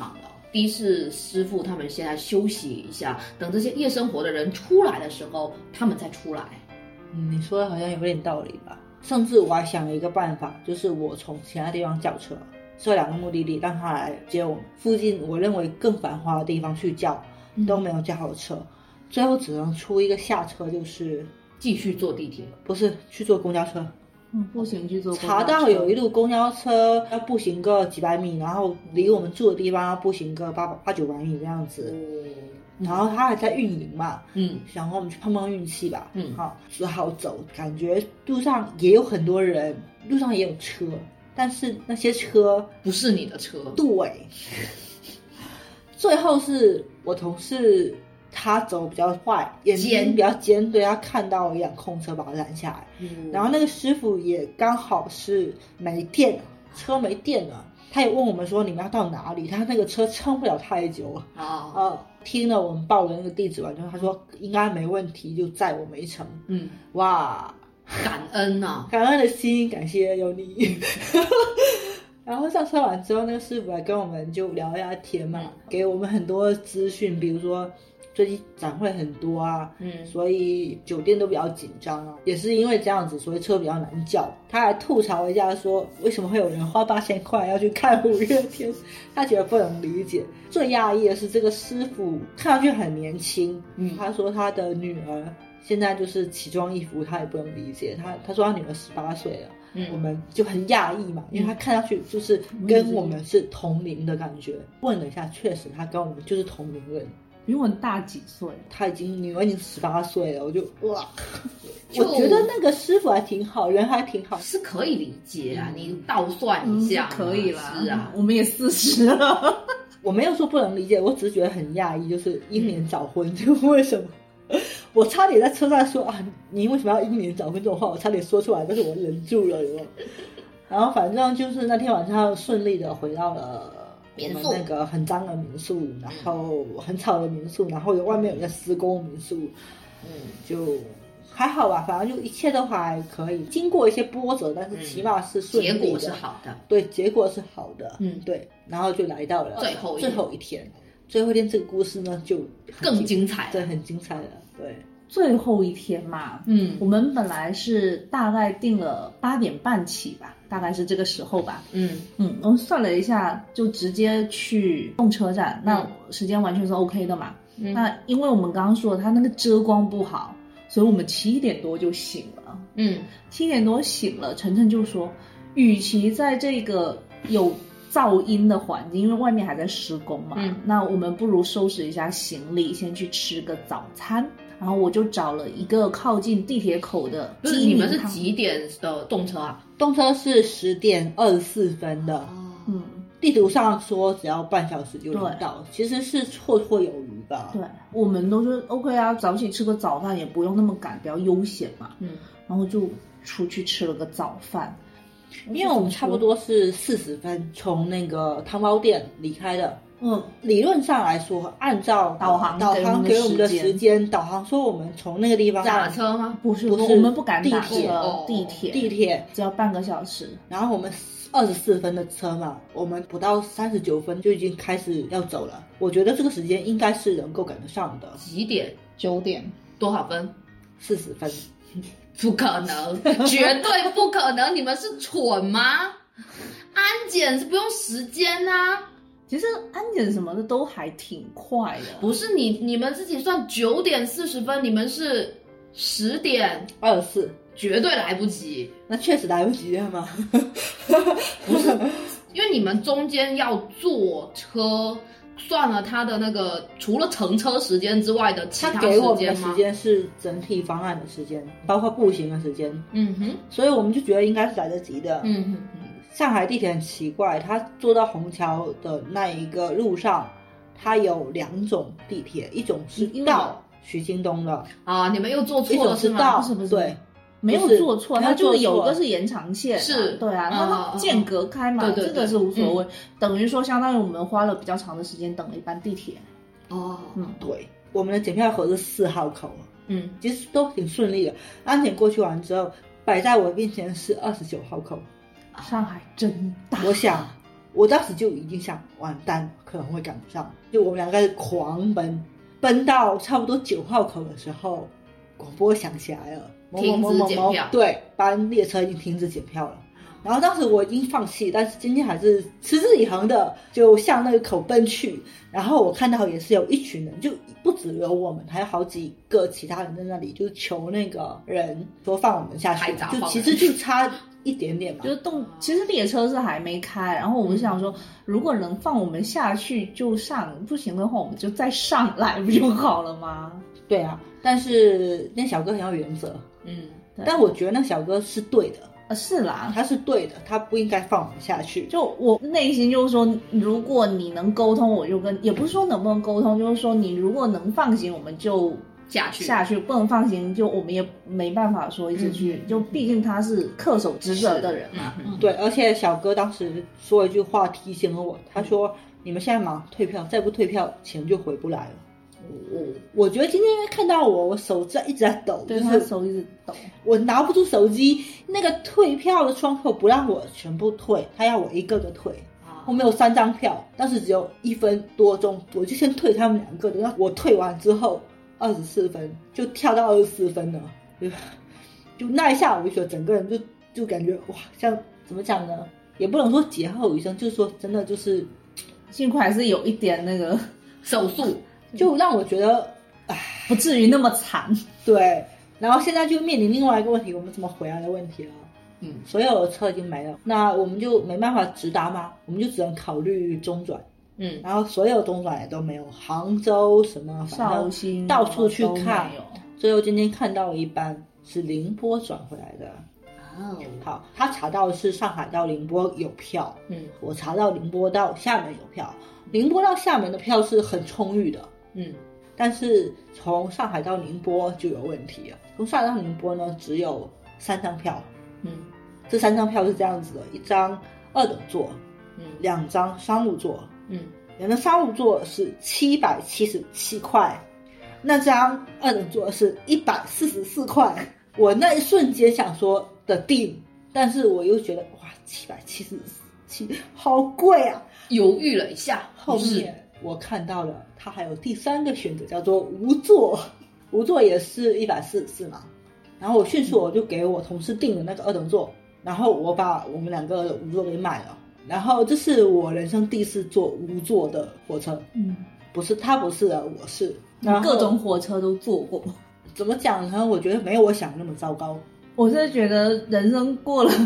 Speaker 3: 的士师傅他们现在休息一下，等这些夜生活的人出来的时候，他们再出来。
Speaker 1: 你说的好像有点道理吧？甚至我还想了一个办法，就是我从其他地方叫车，设2个目的地，让他来接我们。附近我认为更繁华的地方去叫，都没有叫好车，最后只能出一个下车，就是
Speaker 3: 继续坐地铁，
Speaker 1: 不是去坐公交车。
Speaker 2: 步行去坐公交车。
Speaker 1: 查到有一路公交车要步行个几百米，然后离我们住的地方要步行个800-900米这样子。然后他还在运营嘛，然后我们去碰碰运气吧，好，只好走。感觉路上也有很多人，路上也有车，但是那些车
Speaker 3: 不是你的车。
Speaker 1: 对，最后是我同事他走比较快，眼睛比较尖，对，他看到一辆空车把他拦下来，然后那个师傅也刚好是没电了，车没电了。他也问我们说你们要到哪里，他那个车撑不了太久听了我们报的那个地址完之后，他说应该没问题，就载我们一程。哇，
Speaker 3: 感恩啊，
Speaker 1: 感恩的心，感谢有你。然后上车完之后，那个师傅来跟我们就聊一下天嘛，给我们很多资讯，比如说最近展会很多啊，所以酒店都比较紧张啊，也是因为这样子，所以车比较难叫。他还吐槽一下说，为什么会有人花8000块要去看5月天，他觉得不能理解。最讶异的是这个师傅看上去很年轻，他说他的女儿现在就是奇装异服，他也不能理解。他说他女儿18岁了，我们就很讶异嘛，因为他看上去就是跟我们是同龄的感觉。问了一下，确实他跟我们就是同龄人。
Speaker 2: 比我们大几岁？
Speaker 1: 他女儿已经18岁了，我就哇，我觉得那个师傅还挺好，人还挺好，
Speaker 3: 是可以理解啊。你倒算一下，
Speaker 2: 可以啦。
Speaker 3: 是啊，
Speaker 2: 我们也40了。
Speaker 1: 我没有说不能理解，我只是觉得很讶异，就是英年早婚，就为什么？我差点在车上说啊，你为什么要英年早婚这种话，我差点说出来，但是我忍住了，有没有？然后反正就是那天晚上顺利的回到了我们那个很脏的民宿，然后很吵的民宿，然后外面有在施工民宿，就还好吧，反正就一切都还可以，经过一些波折，但是起码是顺利的，
Speaker 3: 结果是好的，
Speaker 1: 对，结果是好的，对，然后就来到了
Speaker 3: 最后一天，
Speaker 1: 最后一天这个故事呢就
Speaker 3: 更精彩，
Speaker 1: 对，很精彩了，对。
Speaker 2: 最后一天嘛，我们本来是大概定了8点半起吧，大概是这个时候吧，我们算了一下，就直接去动车站，那时间完全是 OK 的嘛。那因为我们刚刚说它那个遮光不好，所以我们7点多就醒了。7点多醒了，晨晨就说，与其在这个有噪音的环境，因为外面还在施工嘛，那我们不如收拾一下行李，先去吃个早餐。然后我就找了一个靠近地铁口的鸡鸣汤。
Speaker 3: 你们是几点的动车啊？
Speaker 1: 动车是10点24分的。地图上说只要半小时就能到，其实是绰绰有余吧。
Speaker 2: 对，我们都说 OK 啊，早起吃个早饭也不用那么赶，比较悠闲嘛。然后就出去吃了个早饭，
Speaker 1: 因为我们差不多是40分从那个汤包店离开的。理论上来说，按照导航给我们的时间，导航说我们从那个地方
Speaker 3: 打车吗？
Speaker 2: 不是，我们不敢打车，
Speaker 1: 地铁
Speaker 2: 只要半个小时。
Speaker 1: 然后我们24分的车嘛，我们不到39分就已经开始要走了。我觉得这个时间应该是能够赶得上的。
Speaker 3: 几点
Speaker 2: ？9点。
Speaker 3: 多少分
Speaker 1: ？40分。
Speaker 3: 不可能，绝对不可能！你们是蠢吗？安检是不用时间啊。
Speaker 2: 其实安检什么的都还挺快的。
Speaker 3: 不是你们自己算9点40分，你们是10点
Speaker 1: 24，
Speaker 3: 绝对来不及。
Speaker 1: 那确实来不及了吗？
Speaker 3: 不是，因为你们中间要坐车，算了他的那个除了乘车时间之外的其他时间吗？
Speaker 1: 他给我们的时间是整体方案的时间，包括步行的时间。所以我们就觉得应该是来得及的。上海地铁很奇怪，它坐到虹桥的那一个路上，它有2种地铁，一种是到徐泾东的
Speaker 3: 啊，你们又坐错了是
Speaker 2: 吗？不是，
Speaker 1: 对，
Speaker 2: 没有坐错，它就是有一个是延长线，
Speaker 3: 是，
Speaker 2: 对啊，它间隔开嘛，这个是无所谓，等于说相当于我们花了比较长的时间等了一班地铁。
Speaker 1: 对，我们的检票口是4号口，其实都挺顺利的。安检过去完之后，摆在我面前是29号口。
Speaker 2: 上海真大，
Speaker 1: 我想我当时就已经想完蛋可能会赶不上，就我们两个狂奔到差不多9号口的时候，广播响起来了，
Speaker 3: 停止检票，
Speaker 1: 对，班列车已经停止检票了。然后当时我已经放弃，但是今天还是持之以恒的就向那个口奔去。然后我看到也是有一群人，就不只有我们，还有好几个其他人在那里，就求那个人说放我们下去，就其实就差一点点嘛。
Speaker 2: 就是其实列车是还没开，然后我们想说，如果能放我们下去就上，不行的话我们就再上来不就好了吗？
Speaker 1: 对啊，但是那小哥很有原则，但我觉得那小哥是对的。
Speaker 2: 是啦，
Speaker 1: 他是对的，他不应该放我们下去。
Speaker 2: 就我内心就是说，如果你能沟通，我就跟，也不是说能不能沟通，就是说你如果能放行，我们就下去，不能放行，就我们也没办法说一直去，就毕竟他是恪守职责的人嘛。
Speaker 1: 对，而且小哥当时说了一句话提醒了我，他说：“你们现在忙退票，再不退票，钱就回不来了。”我觉得今天因为看到我手一直在抖，
Speaker 2: 对，
Speaker 1: 就是
Speaker 2: 他手一直抖，
Speaker 1: 我拿不出手机，那个退票的窗口不让我全部退，他要我一个个退。我们有3张票，但是只有1分多钟，我就先退他们2个的。然后我退完之后24分就跳到24分了，就那一下我就觉得整个人就感觉哇，像怎么讲呢？也不能说劫后余生，就是说真的就是
Speaker 2: 幸亏还是有一点那个
Speaker 3: 手速。
Speaker 1: 就让我觉得，
Speaker 2: 不至于那么惨。
Speaker 1: 对，然后现在就面临另外一个问题，我们怎么回来的问题了。所有的车已经没了，那我们就没办法直达吗？我们就只能考虑中转。然后所有中转也都没有，杭州什么
Speaker 2: 绍兴
Speaker 1: 到处去看，最后今天看到一班是宁波转回来的。好，他查到的是上海到宁波有票，我查到宁波到厦门有票，宁波到厦门的票是很充裕的。但是从上海到宁波就有问题了。从上海到宁波呢，只有3张票。这3张票是这样子的：一张2等座，2张商务座。人的商务座是777块，那张2等座是144块。我那一瞬间想说的定，但是我又觉得哇，777好贵啊！
Speaker 3: 犹豫了一下，
Speaker 1: 后面我看到了，它还有第3个选择，叫做无座，无座也是144嘛。然后我迅速我就给我同事订了那个2等座，然后我把我们2个的无座给买了。然后这是我人生第1次坐无座的火车，不是他不是的，我是
Speaker 2: 各种火车都坐过。
Speaker 1: 怎么讲呢？我觉得没有我想那么糟糕。
Speaker 2: 我是觉得人生过了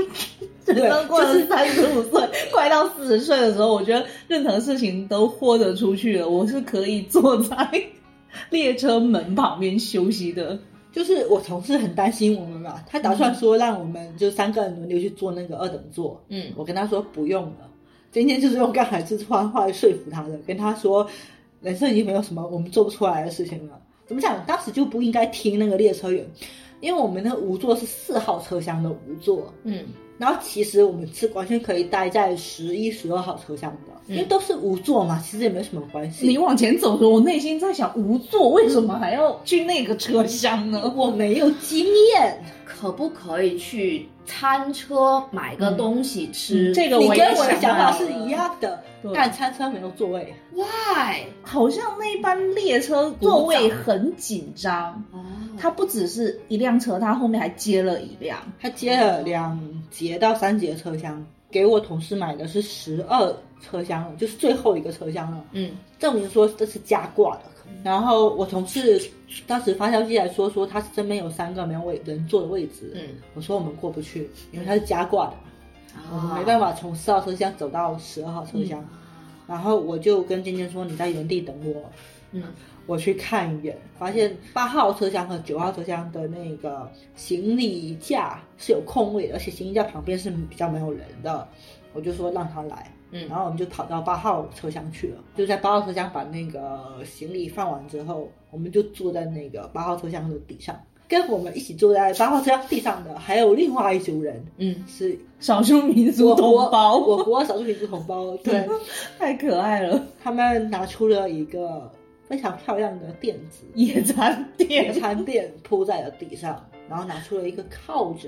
Speaker 2: 35岁，快到40岁的时候，我觉得任何事情都豁得出去了。我是可以坐在列车门旁边休息的。
Speaker 1: 就是我同事很担心我们嘛，他打算说让我们就3个人轮流去坐那个2等座。我跟他说不用了。今天就是用刚才这番话说服他的，跟他说人生已经没有什么我们做不出来的事情了。怎么讲？当时就不应该听那个列车员，因为我们那个无座是4号车厢的无座。然后其实我们是完全可以待在11、12号车厢的，因为都是无座嘛，其实也没什么关系。
Speaker 2: 你往前走的时候，我内心在想，无座为什么还要去那个车厢呢？
Speaker 1: 我没有经验，
Speaker 3: 可不可以去餐车买个东西吃？
Speaker 2: 这个我
Speaker 1: 也跟我的想法是一样的，但餐车没有座位。
Speaker 3: Why？
Speaker 2: 好像那班列车座位很紧张。它不只是一辆车，它后面还接了一辆，
Speaker 1: 它接了2节到3节车厢。给我同事买的是12车厢了，就是最后一个车厢了。证明说这是加挂的。然后我同事当时发消息来说他身边有3个没有人坐的位置。我说我们过不去，因为它是加挂的，我们没办法从4号车厢走到12号车厢。然后我就跟尖尖说你在原地等我。我去看一眼，发现8号车厢和9号车厢的那个行李架是有空位的，而且行李架旁边是比较没有人的。我就说让他来，然后我们就跑到8号车厢去了。就在8号车厢把那个行李放完之后，我们就坐在那个8号车厢的地上。跟我们一起坐在8号车厢地上的还有另外一组人，是
Speaker 2: 少数民族同胞，
Speaker 1: 我国少数民族同胞。对，
Speaker 2: 太可爱了。
Speaker 1: 他们拿出了一个非常漂亮的垫子，
Speaker 2: 野餐垫铺
Speaker 1: 在了地上，然后拿出了一个靠枕，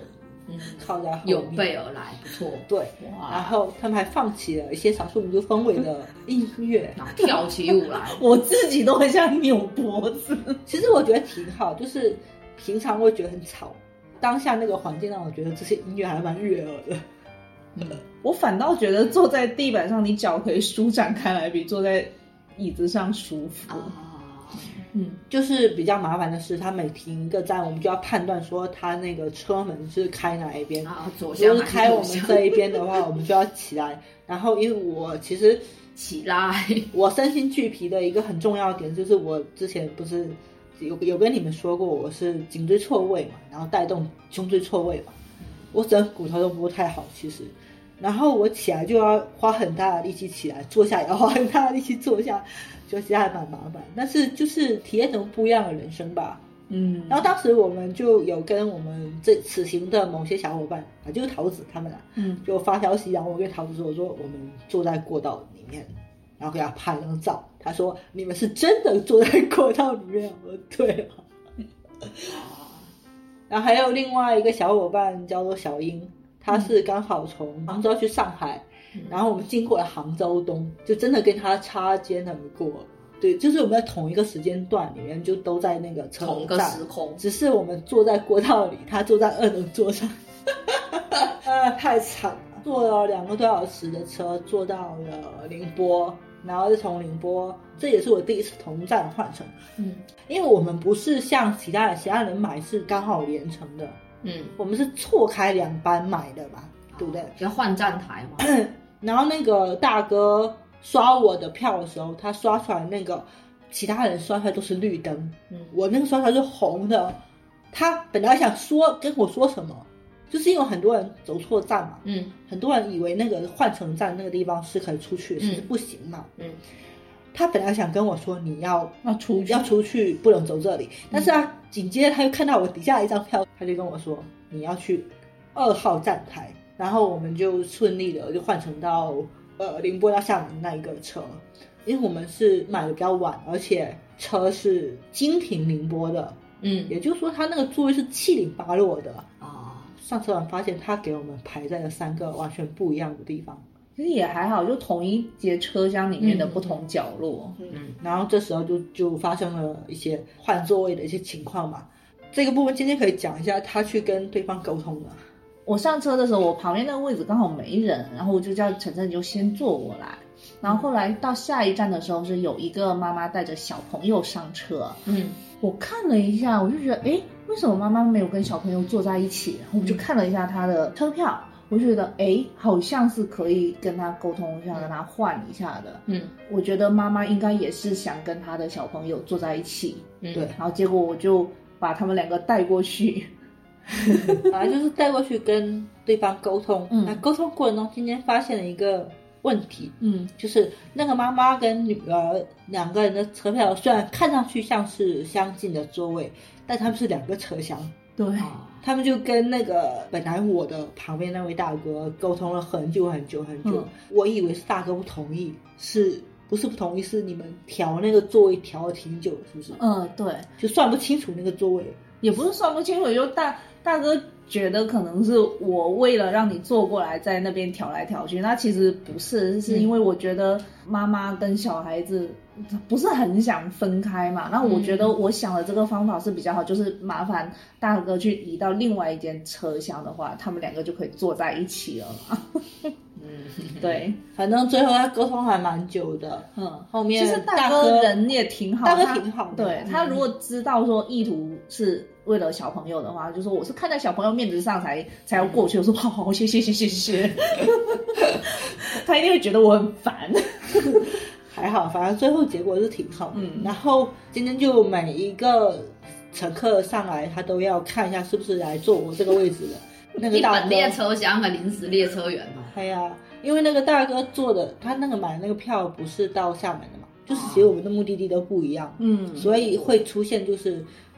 Speaker 1: 靠在后面，
Speaker 3: 有备而来，不错。
Speaker 1: 对，然后他们还放起了一些少数民族风味的音乐，
Speaker 3: 然后跳起舞来，
Speaker 2: 我自己都很想扭脖子。
Speaker 1: 其实我觉得挺好，就是平常会觉得很吵，当下那个环境让我觉得这些音乐还蛮悦耳的。
Speaker 2: 我反倒觉得坐在地板上，你脚可以舒展开来，比坐在椅子上舒服。
Speaker 1: 就是比较麻烦的是，他每停一个站，我们就要判断说他那个车门是开哪一边。
Speaker 3: 左向
Speaker 1: 如果是开我们这一边的话，我们就要起来。然后因为我其实
Speaker 3: 起来，
Speaker 1: 我身心俱疲的一个很重要的点就是，我之前不是有跟你们说过，我是颈椎错位嘛，然后带动胸椎错位嘛，我整个骨头都不太好其实。然后我起来就要花很大的力气起来，坐下也要花很大的力气坐下，就其实还蛮麻烦，但是就是体验成不一样的人生吧。然后当时我们就有跟我们此行的某些小伙伴啊，就是桃子他们就发消息，然后我跟桃子说，我说我们坐在过道里面，然后给他拍了张照，他说你们是真的坐在过道里面？我说对啊。然后还有另外一个小伙伴叫做小英，他是刚好从杭州去上海，然后我们经过了杭州东，就真的跟他擦肩而过。对，就是我们在同一个时间段里面，就都在那个车站，
Speaker 3: 同个时空，
Speaker 1: 只是我们坐在过道里，他坐在2等座上。太惨了，坐了2个多小时的车，坐到了宁波，然后再从宁波，这也是我第一次同站换乘。因为我们不是像其他人买是刚好连乘的，我们是错开2班买的嘛，对不对？
Speaker 3: 要换站台嘛。
Speaker 1: 然后那个大哥刷我的票的时候，他刷出来那个其他人刷出来都是绿灯，我那个刷出来是红的。他本来想跟我说什么，就是因为很多人走错站嘛，很多人以为那个换乘站那个地方是可以出去的，其实不行嘛。他本来想跟我说你要出去不能走这里，但是他紧接着他又看到我底下一张票，他就跟我说你要去2号站台，然后我们就顺利的就换乘到宁波到厦门那一个车。因为我们是买的比较晚，而且车是经停宁波的，也就是说他那个座位是七零八落的啊。上车完发现他给我们排在了3个完全不一样的地方。
Speaker 2: 其实也还好，就同一节车厢里面的不同角落。
Speaker 1: 然后这时候就发生了一些换座位的一些情况嘛。这个部分今天可以讲一下他去跟对方沟通的。
Speaker 2: 我上车的时候，我旁边那个位置刚好没人，然后我就叫晨晨就先坐过来。然后后来到下一站的时候，是有一个妈妈带着小朋友上车。我看了一下，我就觉得，为什么妈妈没有跟小朋友坐在一起？然后我就看了一下她的车票，我就觉得，好像是可以跟她沟通一下，跟她换一下的。我觉得妈妈应该也是想跟她的小朋友坐在一起。对，然后结果我就把他们2个带过去。
Speaker 1: 本来就是带过去跟对方沟通。那沟通过程中，今天发现了一个问题，就是那个妈妈跟女儿2个人的车票虽然看上去像是相近的座位，但他们是2个车厢。
Speaker 2: 对，
Speaker 1: 他们就跟那个本来我的旁边那位大哥沟通了很久很久很久。我以为是大哥不同意，是不是不同意？是你们调那个座位调了挺久，是不是？
Speaker 2: 对，
Speaker 1: 就算不清楚那个座位。
Speaker 2: 也不是算不清楚，就大哥觉得可能是我为了让你坐过来，在那边调来调去。那其实不是，是因为我觉得妈妈跟小孩子不是很想分开嘛。那我觉得我想的这个方法是比较好，就是麻烦大哥去移到另外一间车厢的话，他们2个就可以坐在一起了嘛。对，
Speaker 1: 反正最后他沟通还蛮久的。后面
Speaker 2: 其实大哥人也挺好，
Speaker 1: 大哥挺好的。
Speaker 2: 对，他如果知道说意图是为了小朋友的话，就说我是看在小朋友面子上才要过去。我说好，谢谢。他一定会觉得我很烦。
Speaker 1: 还好，反正最后结果是挺好的。然后今天就每一个乘客上来，他都要看一下是不是来坐我这个位置的。那个大哥
Speaker 3: 一本列车厢和临时列车员嘛。
Speaker 1: 对呀，因为那个大哥坐的，他那个买那个票不是到厦门的嘛，就是其实我们的目的地都不一样。所以会出现就是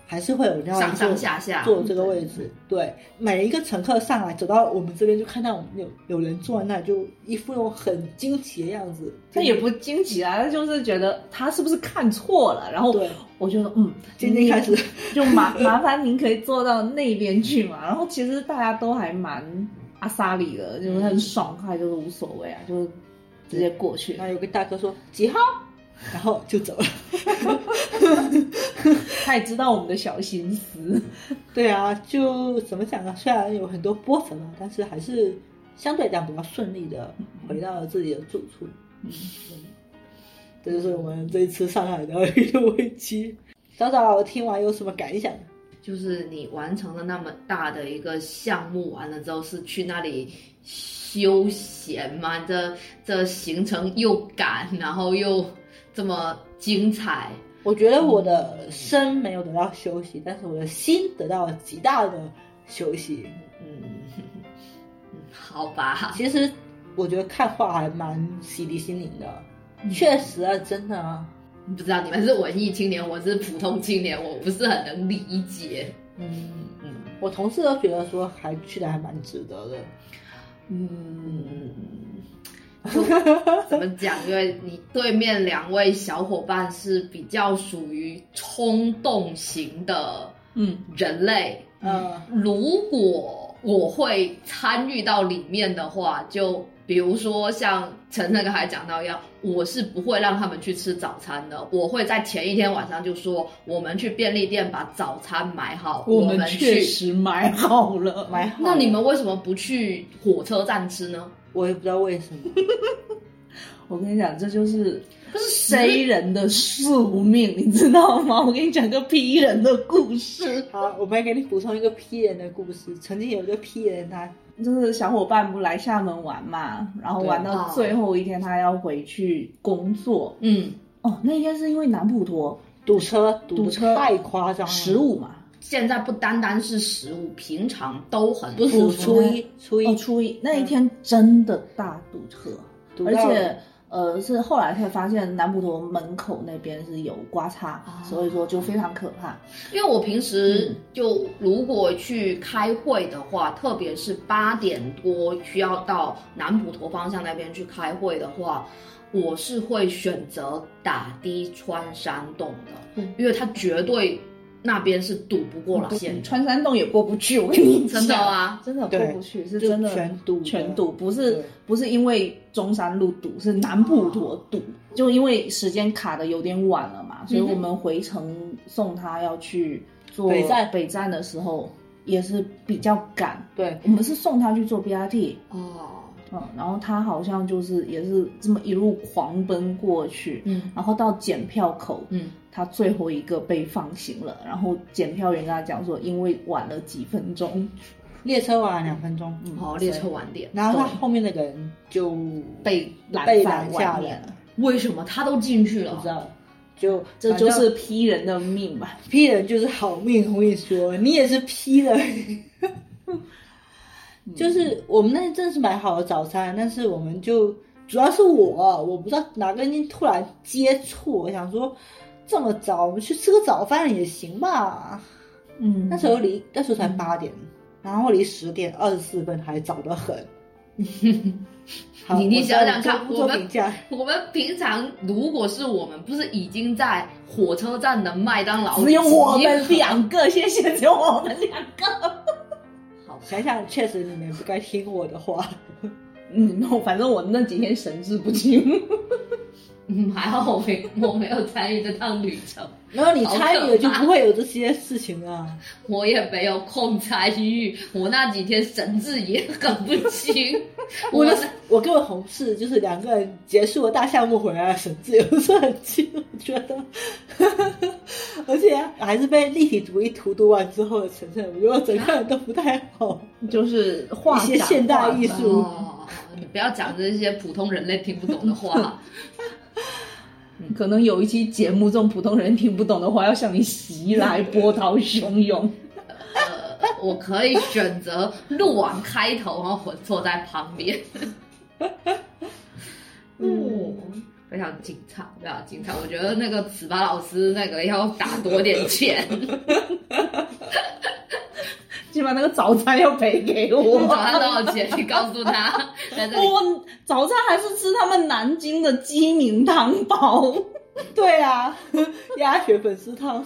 Speaker 1: 还是会有人要
Speaker 3: 上上下下
Speaker 1: 坐这个位置。对，每一个乘客上来走到我们这边，就看到有人坐在那，就一副那种很惊奇的样子。
Speaker 2: 他也不惊奇啊，他就是觉得他是不是看错了。然后我觉得
Speaker 1: 今天开始
Speaker 2: 就麻烦您可以坐到那边去嘛。然后其实大家都还蛮阿萨里的，就是很爽快，就是无所谓啊，就是直接过去。
Speaker 1: 那有个大哥说几号，然后就走了。
Speaker 2: 他也知道我们的小心思。
Speaker 1: 对啊，就怎么讲呢？虽然有很多波折嘛，但是还是相对来讲比较顺利的回到了自己的住处。这就是我们这一次上海的一个危机。早早听完有什么感想？
Speaker 3: 就是你完成了那么大的一个项目，完了之后是去那里休闲吗？这行程又赶，然后又这么精彩。
Speaker 1: 我觉得我的身没有得到休息，但是我的心得到了极大的休息。
Speaker 3: 好吧。
Speaker 1: 其实我觉得看画还蛮洗涤心灵的，确实啊，真的啊。
Speaker 3: 不知道你们是文艺青年，我是普通青年，我不是很能理解。
Speaker 1: 我同事都觉得说还去的还蛮值得的。
Speaker 3: 怎么讲？因为你对面两位小伙伴是比较属于冲动型的人类。如果我会参与到里面的话，就比如说像陈那个还讲到一样，我是不会让他们去吃早餐的，我会在前一天晚上就说我们去便利店把早餐买好。
Speaker 2: 我们确实买好了。
Speaker 3: 那你们为什么不去火车站吃呢？
Speaker 1: 我也不知道为什么。
Speaker 2: 我跟你讲，这就是J人的宿命，你知道吗？我跟你讲个 P 人的故事。
Speaker 1: 好，我们给你补充一个 P 人的故事。曾经有一个 P 人，他
Speaker 2: 就是小伙伴不来厦门玩嘛，然后玩到最后一天，他要回去工作。那天是因为南普陀
Speaker 1: 堵车太夸张了
Speaker 2: ，15嘛。
Speaker 3: 现在不单单是15，平常都很
Speaker 1: 不是初一
Speaker 2: 那一天真的大堵车，而且是后来才发现南普陀门口那边是有刮擦，所以说就非常可怕。
Speaker 3: 因为我平时就如果去开会的话，特别是8点多需要到南普陀方向那边去开会的话，我是会选择打的穿山洞的，因为它绝对那边是堵不过了线，
Speaker 2: 穿山洞也过不去。我跟你讲，
Speaker 3: 真的啊，
Speaker 2: 真的过不去，是真的全堵，不是因为中山路堵，是南普陀堵。就因为时间卡的有点晚了嘛，所以我们回程送他要去坐北站的时候也是比较赶。
Speaker 1: 对，
Speaker 2: 我们是送他去坐 BRT。然后他好像也是这么一路狂奔过去，然后到检票口，他最后一个被放行了，然后检票员跟他讲说，因为晚了几分钟，
Speaker 1: 列车晚了2分钟，
Speaker 3: 列车晚点，
Speaker 1: 然后他后面那个人就
Speaker 2: 被
Speaker 1: 拦下来了。
Speaker 3: 为什么他都进去了？
Speaker 1: 不知道，
Speaker 2: 这就是 P 人的命吧。
Speaker 1: P 人就是好命，我跟你说，你也是 P 人。就是我们那天真的是买好了早餐，但是我们就主要是我不知道哪根筋突然接触，我想说这么早我们去吃个早饭也行吧。那时候才8点，然后离10点24分还早得很。
Speaker 3: 你想想看，我们平常如果是我们不是已经在火车站的麦当劳，
Speaker 2: 只有我们2个，谢谢，只有我们2个。
Speaker 1: 想想确实你们不该听我的话。
Speaker 2: 反正我那几天神志不清。
Speaker 3: 还好我没有参与这趟旅程。
Speaker 1: 然后你参与了就不会有这些事情啊。
Speaker 3: 我也没有空参与，我那几天神志也很不清。
Speaker 1: 我跟我同事就是2个人结束了大项目回来，神志也不是很清，我觉得。而且还是被立体主义荼毒完之后的呈现，我觉得我整个人都不太好。
Speaker 2: 就是
Speaker 1: 一些现代艺术。
Speaker 3: 你不要讲这些普通人类听不懂的话。
Speaker 2: 可能有一期节目，这种普通人听不懂的话要向你袭来，波涛汹涌。
Speaker 3: 我可以选择录完开头，然后我坐在旁边。 非常精彩，非常精彩。我觉得那个尺八老师那个要打多点钱。
Speaker 2: 起码那个早餐要赔给我。
Speaker 3: 早餐多少钱？你告诉他。
Speaker 2: 我早餐还是吃他们南京的鸡鸣汤包。
Speaker 1: 对啊，鸭血粉丝汤。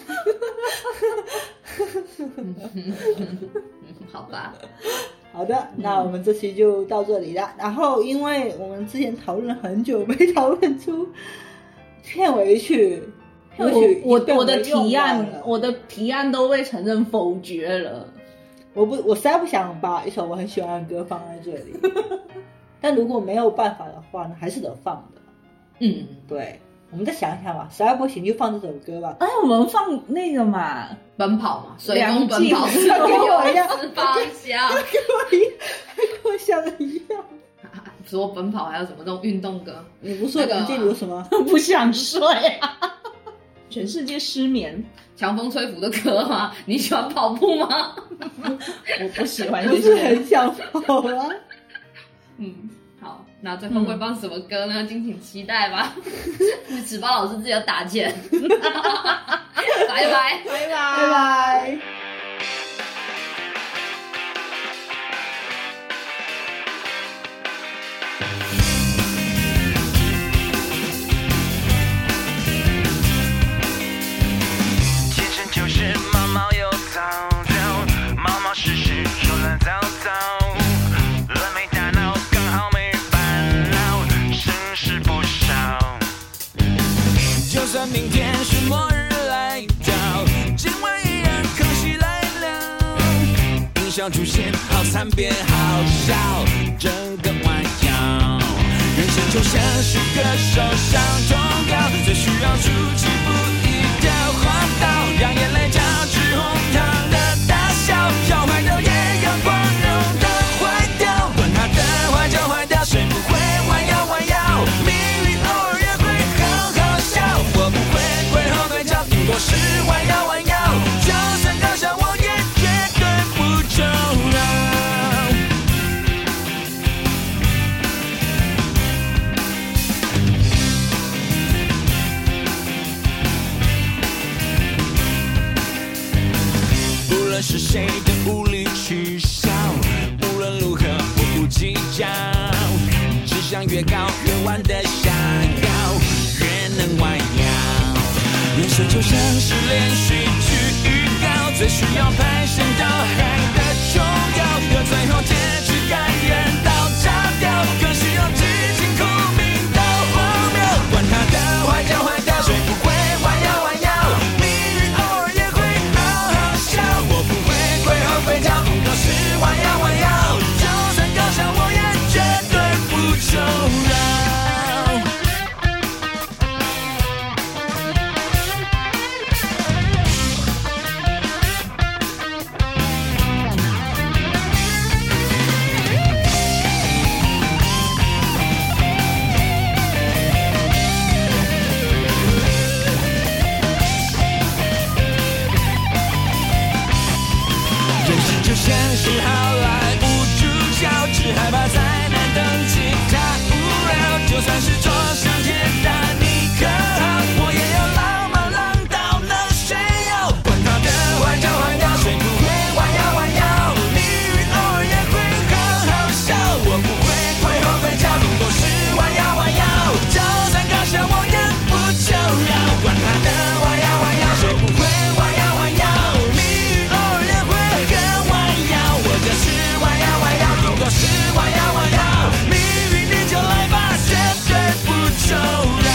Speaker 3: 好吧。
Speaker 1: 好的，那我们这期就到这里了。然后，因为我们之前讨论很久没讨论出片尾曲，
Speaker 2: 我的提案都被承认否决了。
Speaker 1: 我实在不想把一首我很喜欢的歌放在这里。但如果没有办法的话呢，还是得放的。对。我们再想一想吧，实在不行就放这首歌吧。
Speaker 2: 我们放那个嘛，
Speaker 3: 奔跑嘛，随风奔跑，
Speaker 1: 跟我一样，
Speaker 3: 方向，
Speaker 1: 跟我想的一样。
Speaker 3: 说奔跑还有什么这种运动歌？
Speaker 1: 你不说梁静茹什么？
Speaker 2: 不想睡啊！全世界失眠，
Speaker 3: 强风吹拂的歌吗？你喜欢跑步吗？
Speaker 2: 我不喜欢，
Speaker 1: 不是很想跑啊。
Speaker 3: 好，那最后会放什么歌呢？敬请期待吧。尺八老师自己要打钱。拜拜，
Speaker 1: 拜拜。
Speaker 4: 前生就是毛毛又草草，毛毛湿湿说乱糟糟。就算明天是末日来到，今晚依然可惜来了。音效出现，好惨别好笑，这个玩笑。人生就像是个受伤忠告，最需要出其不意的荒岛，让眼泪交织红糖的大笑，要坏掉也要光荣的坏掉，管他的坏就坏掉，谁不会弯腰弯腰？命运偶尔也会好好笑，我不会跪后腿脚，顶多是弯腰弯腰，就算搞笑我也绝对不求饶。无论是谁的无理取笑，无论如何我不计较，志向越高越玩得下腰，越能弯腰。人生就像是连续剧预告，最需要排山倒海的重要，可最后结局感人到炸掉，更需要激情哭鸣到荒谬，管他的坏就坏掉，谁不会弯腰弯腰？命运偶尔也会好好笑，我不会跪后跪脚，顶多是弯腰弯腰，就算搞笑我也绝对不求饶。人生就像是好莱坞主角，只害怕灾难等其他无聊，就算是坐上铁达尼克号，我也要浪漫浪到能炫耀，管他的坏就坏掉，谁不会弯腰弯腰？命运偶尔也会好好笑，我不会跪后跪脚，顶多是弯腰弯腰，就算搞笑我也不求饶，管他的弯腰弯腰，谁不会弯腰弯腰？命运偶尔也会更弯腰，我就是弯腰弯腰，顶多是弯腰弯腰，命运你就来吧，绝对不求饶。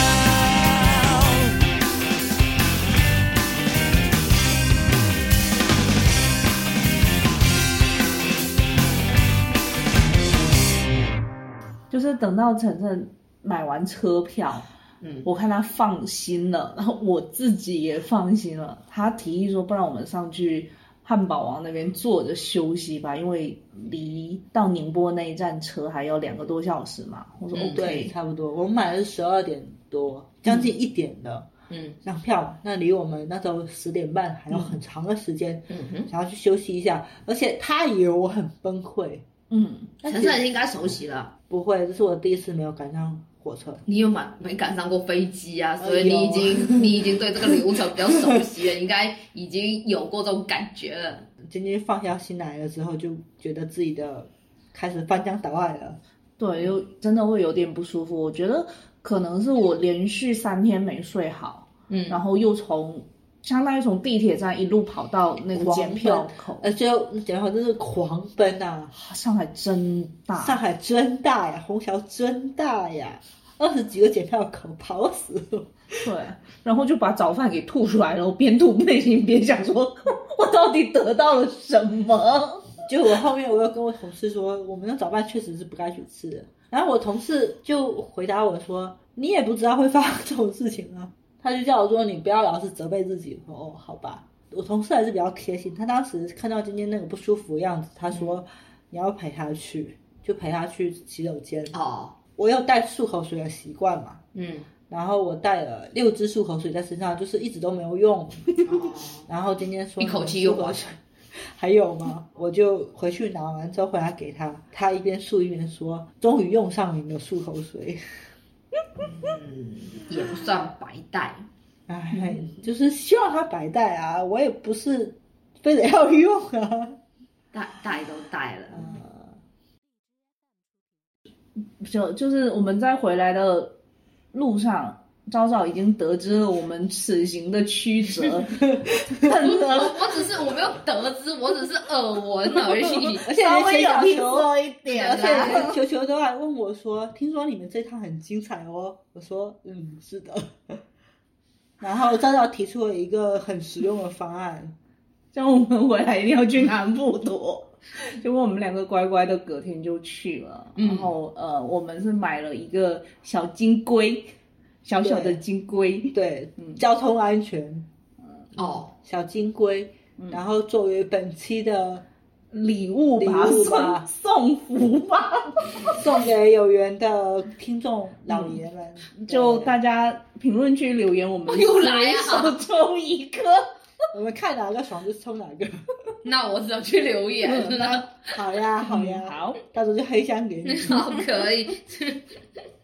Speaker 2: 就是等到晨晨买完车票，我看他放心了，然后我自己也放心了。他提议说，不然我们上去汉堡王那边坐着休息吧，因为离到宁波那一站车还要2个多小时嘛。我说 OK，
Speaker 1: 对，差不多。我们买的是12点多，将近1点的。上票嘛，那离我们那时候10点半还有很长的时间，想要去休息一下。而且他以为我很崩溃，
Speaker 3: 晨晨应该熟悉了。
Speaker 1: 不会，这是我第一次没有赶上火车。
Speaker 3: 你有没赶上过飞机啊？所以你已经对这个流程比较熟悉了，应该已经有过这种感觉了。
Speaker 1: 今天放下心来了之后，就觉得自己的开始翻江倒海了。
Speaker 2: 对，真的会有点不舒服。我觉得可能是我连续3天没睡好，然后又相当于从地铁站一路跑到那个检票口，
Speaker 1: 最后检票真是狂奔啊！
Speaker 2: 上海真大，
Speaker 1: 上海真大呀，虹桥真大呀，20几个检票口，跑死了。
Speaker 2: 对，然后就把早饭给吐出来，然后边吐内心边想说，我到底得到了什么？
Speaker 1: 就我后面我又跟我同事说，我们的早饭确实是不该去吃的。然后我同事就回答我说，你也不知道会发生这种事情啊。他就叫我说，你不要老是责备自己。我说哦，好吧。我同事还是比较贴心，他当时看到今天那个不舒服的样子，他说你要陪他去，就陪他去洗手间。我有带漱口水的习惯嘛，然后我带了6支漱口水在身上，就是一直都没有用。然后今天说
Speaker 3: 一口气用完，
Speaker 1: 还有吗？我就回去拿完之后回来给他，他一边漱一边说，终于用上你的漱口水。
Speaker 3: 也不算白带。
Speaker 1: 就是希望他白带啊，我也不是非得要用啊。
Speaker 3: 带都带了。
Speaker 2: 就是我们在回来的路上，昭昭已经得知了我们此行的曲折。
Speaker 3: 我没有得知，我只是耳闻而已，
Speaker 1: 而且
Speaker 2: 稍微有听说一点，
Speaker 1: 而且球球都还问我说，听说你们这趟很精彩哦。我说是的。然后昭昭提出了一个很实用的方案，
Speaker 2: 像我们回来一定要去南普陀。结果我们2个乖乖的隔天就去了，然后我们是买了一个小金龟，小小的金龟，
Speaker 1: 对，交通安全小金龟，然后作为本期的
Speaker 2: 礼物吧，送福吧，
Speaker 1: 送给有缘的听众老爷们。
Speaker 2: 就大家评论区留言，我们
Speaker 3: 又来
Speaker 2: 手抽一个。
Speaker 1: 我们看哪个爽就抽哪个。
Speaker 3: 那我只能去留言了。
Speaker 1: 好呀，
Speaker 2: 好，
Speaker 1: 到时候就黑箱给你。
Speaker 3: 好，可以。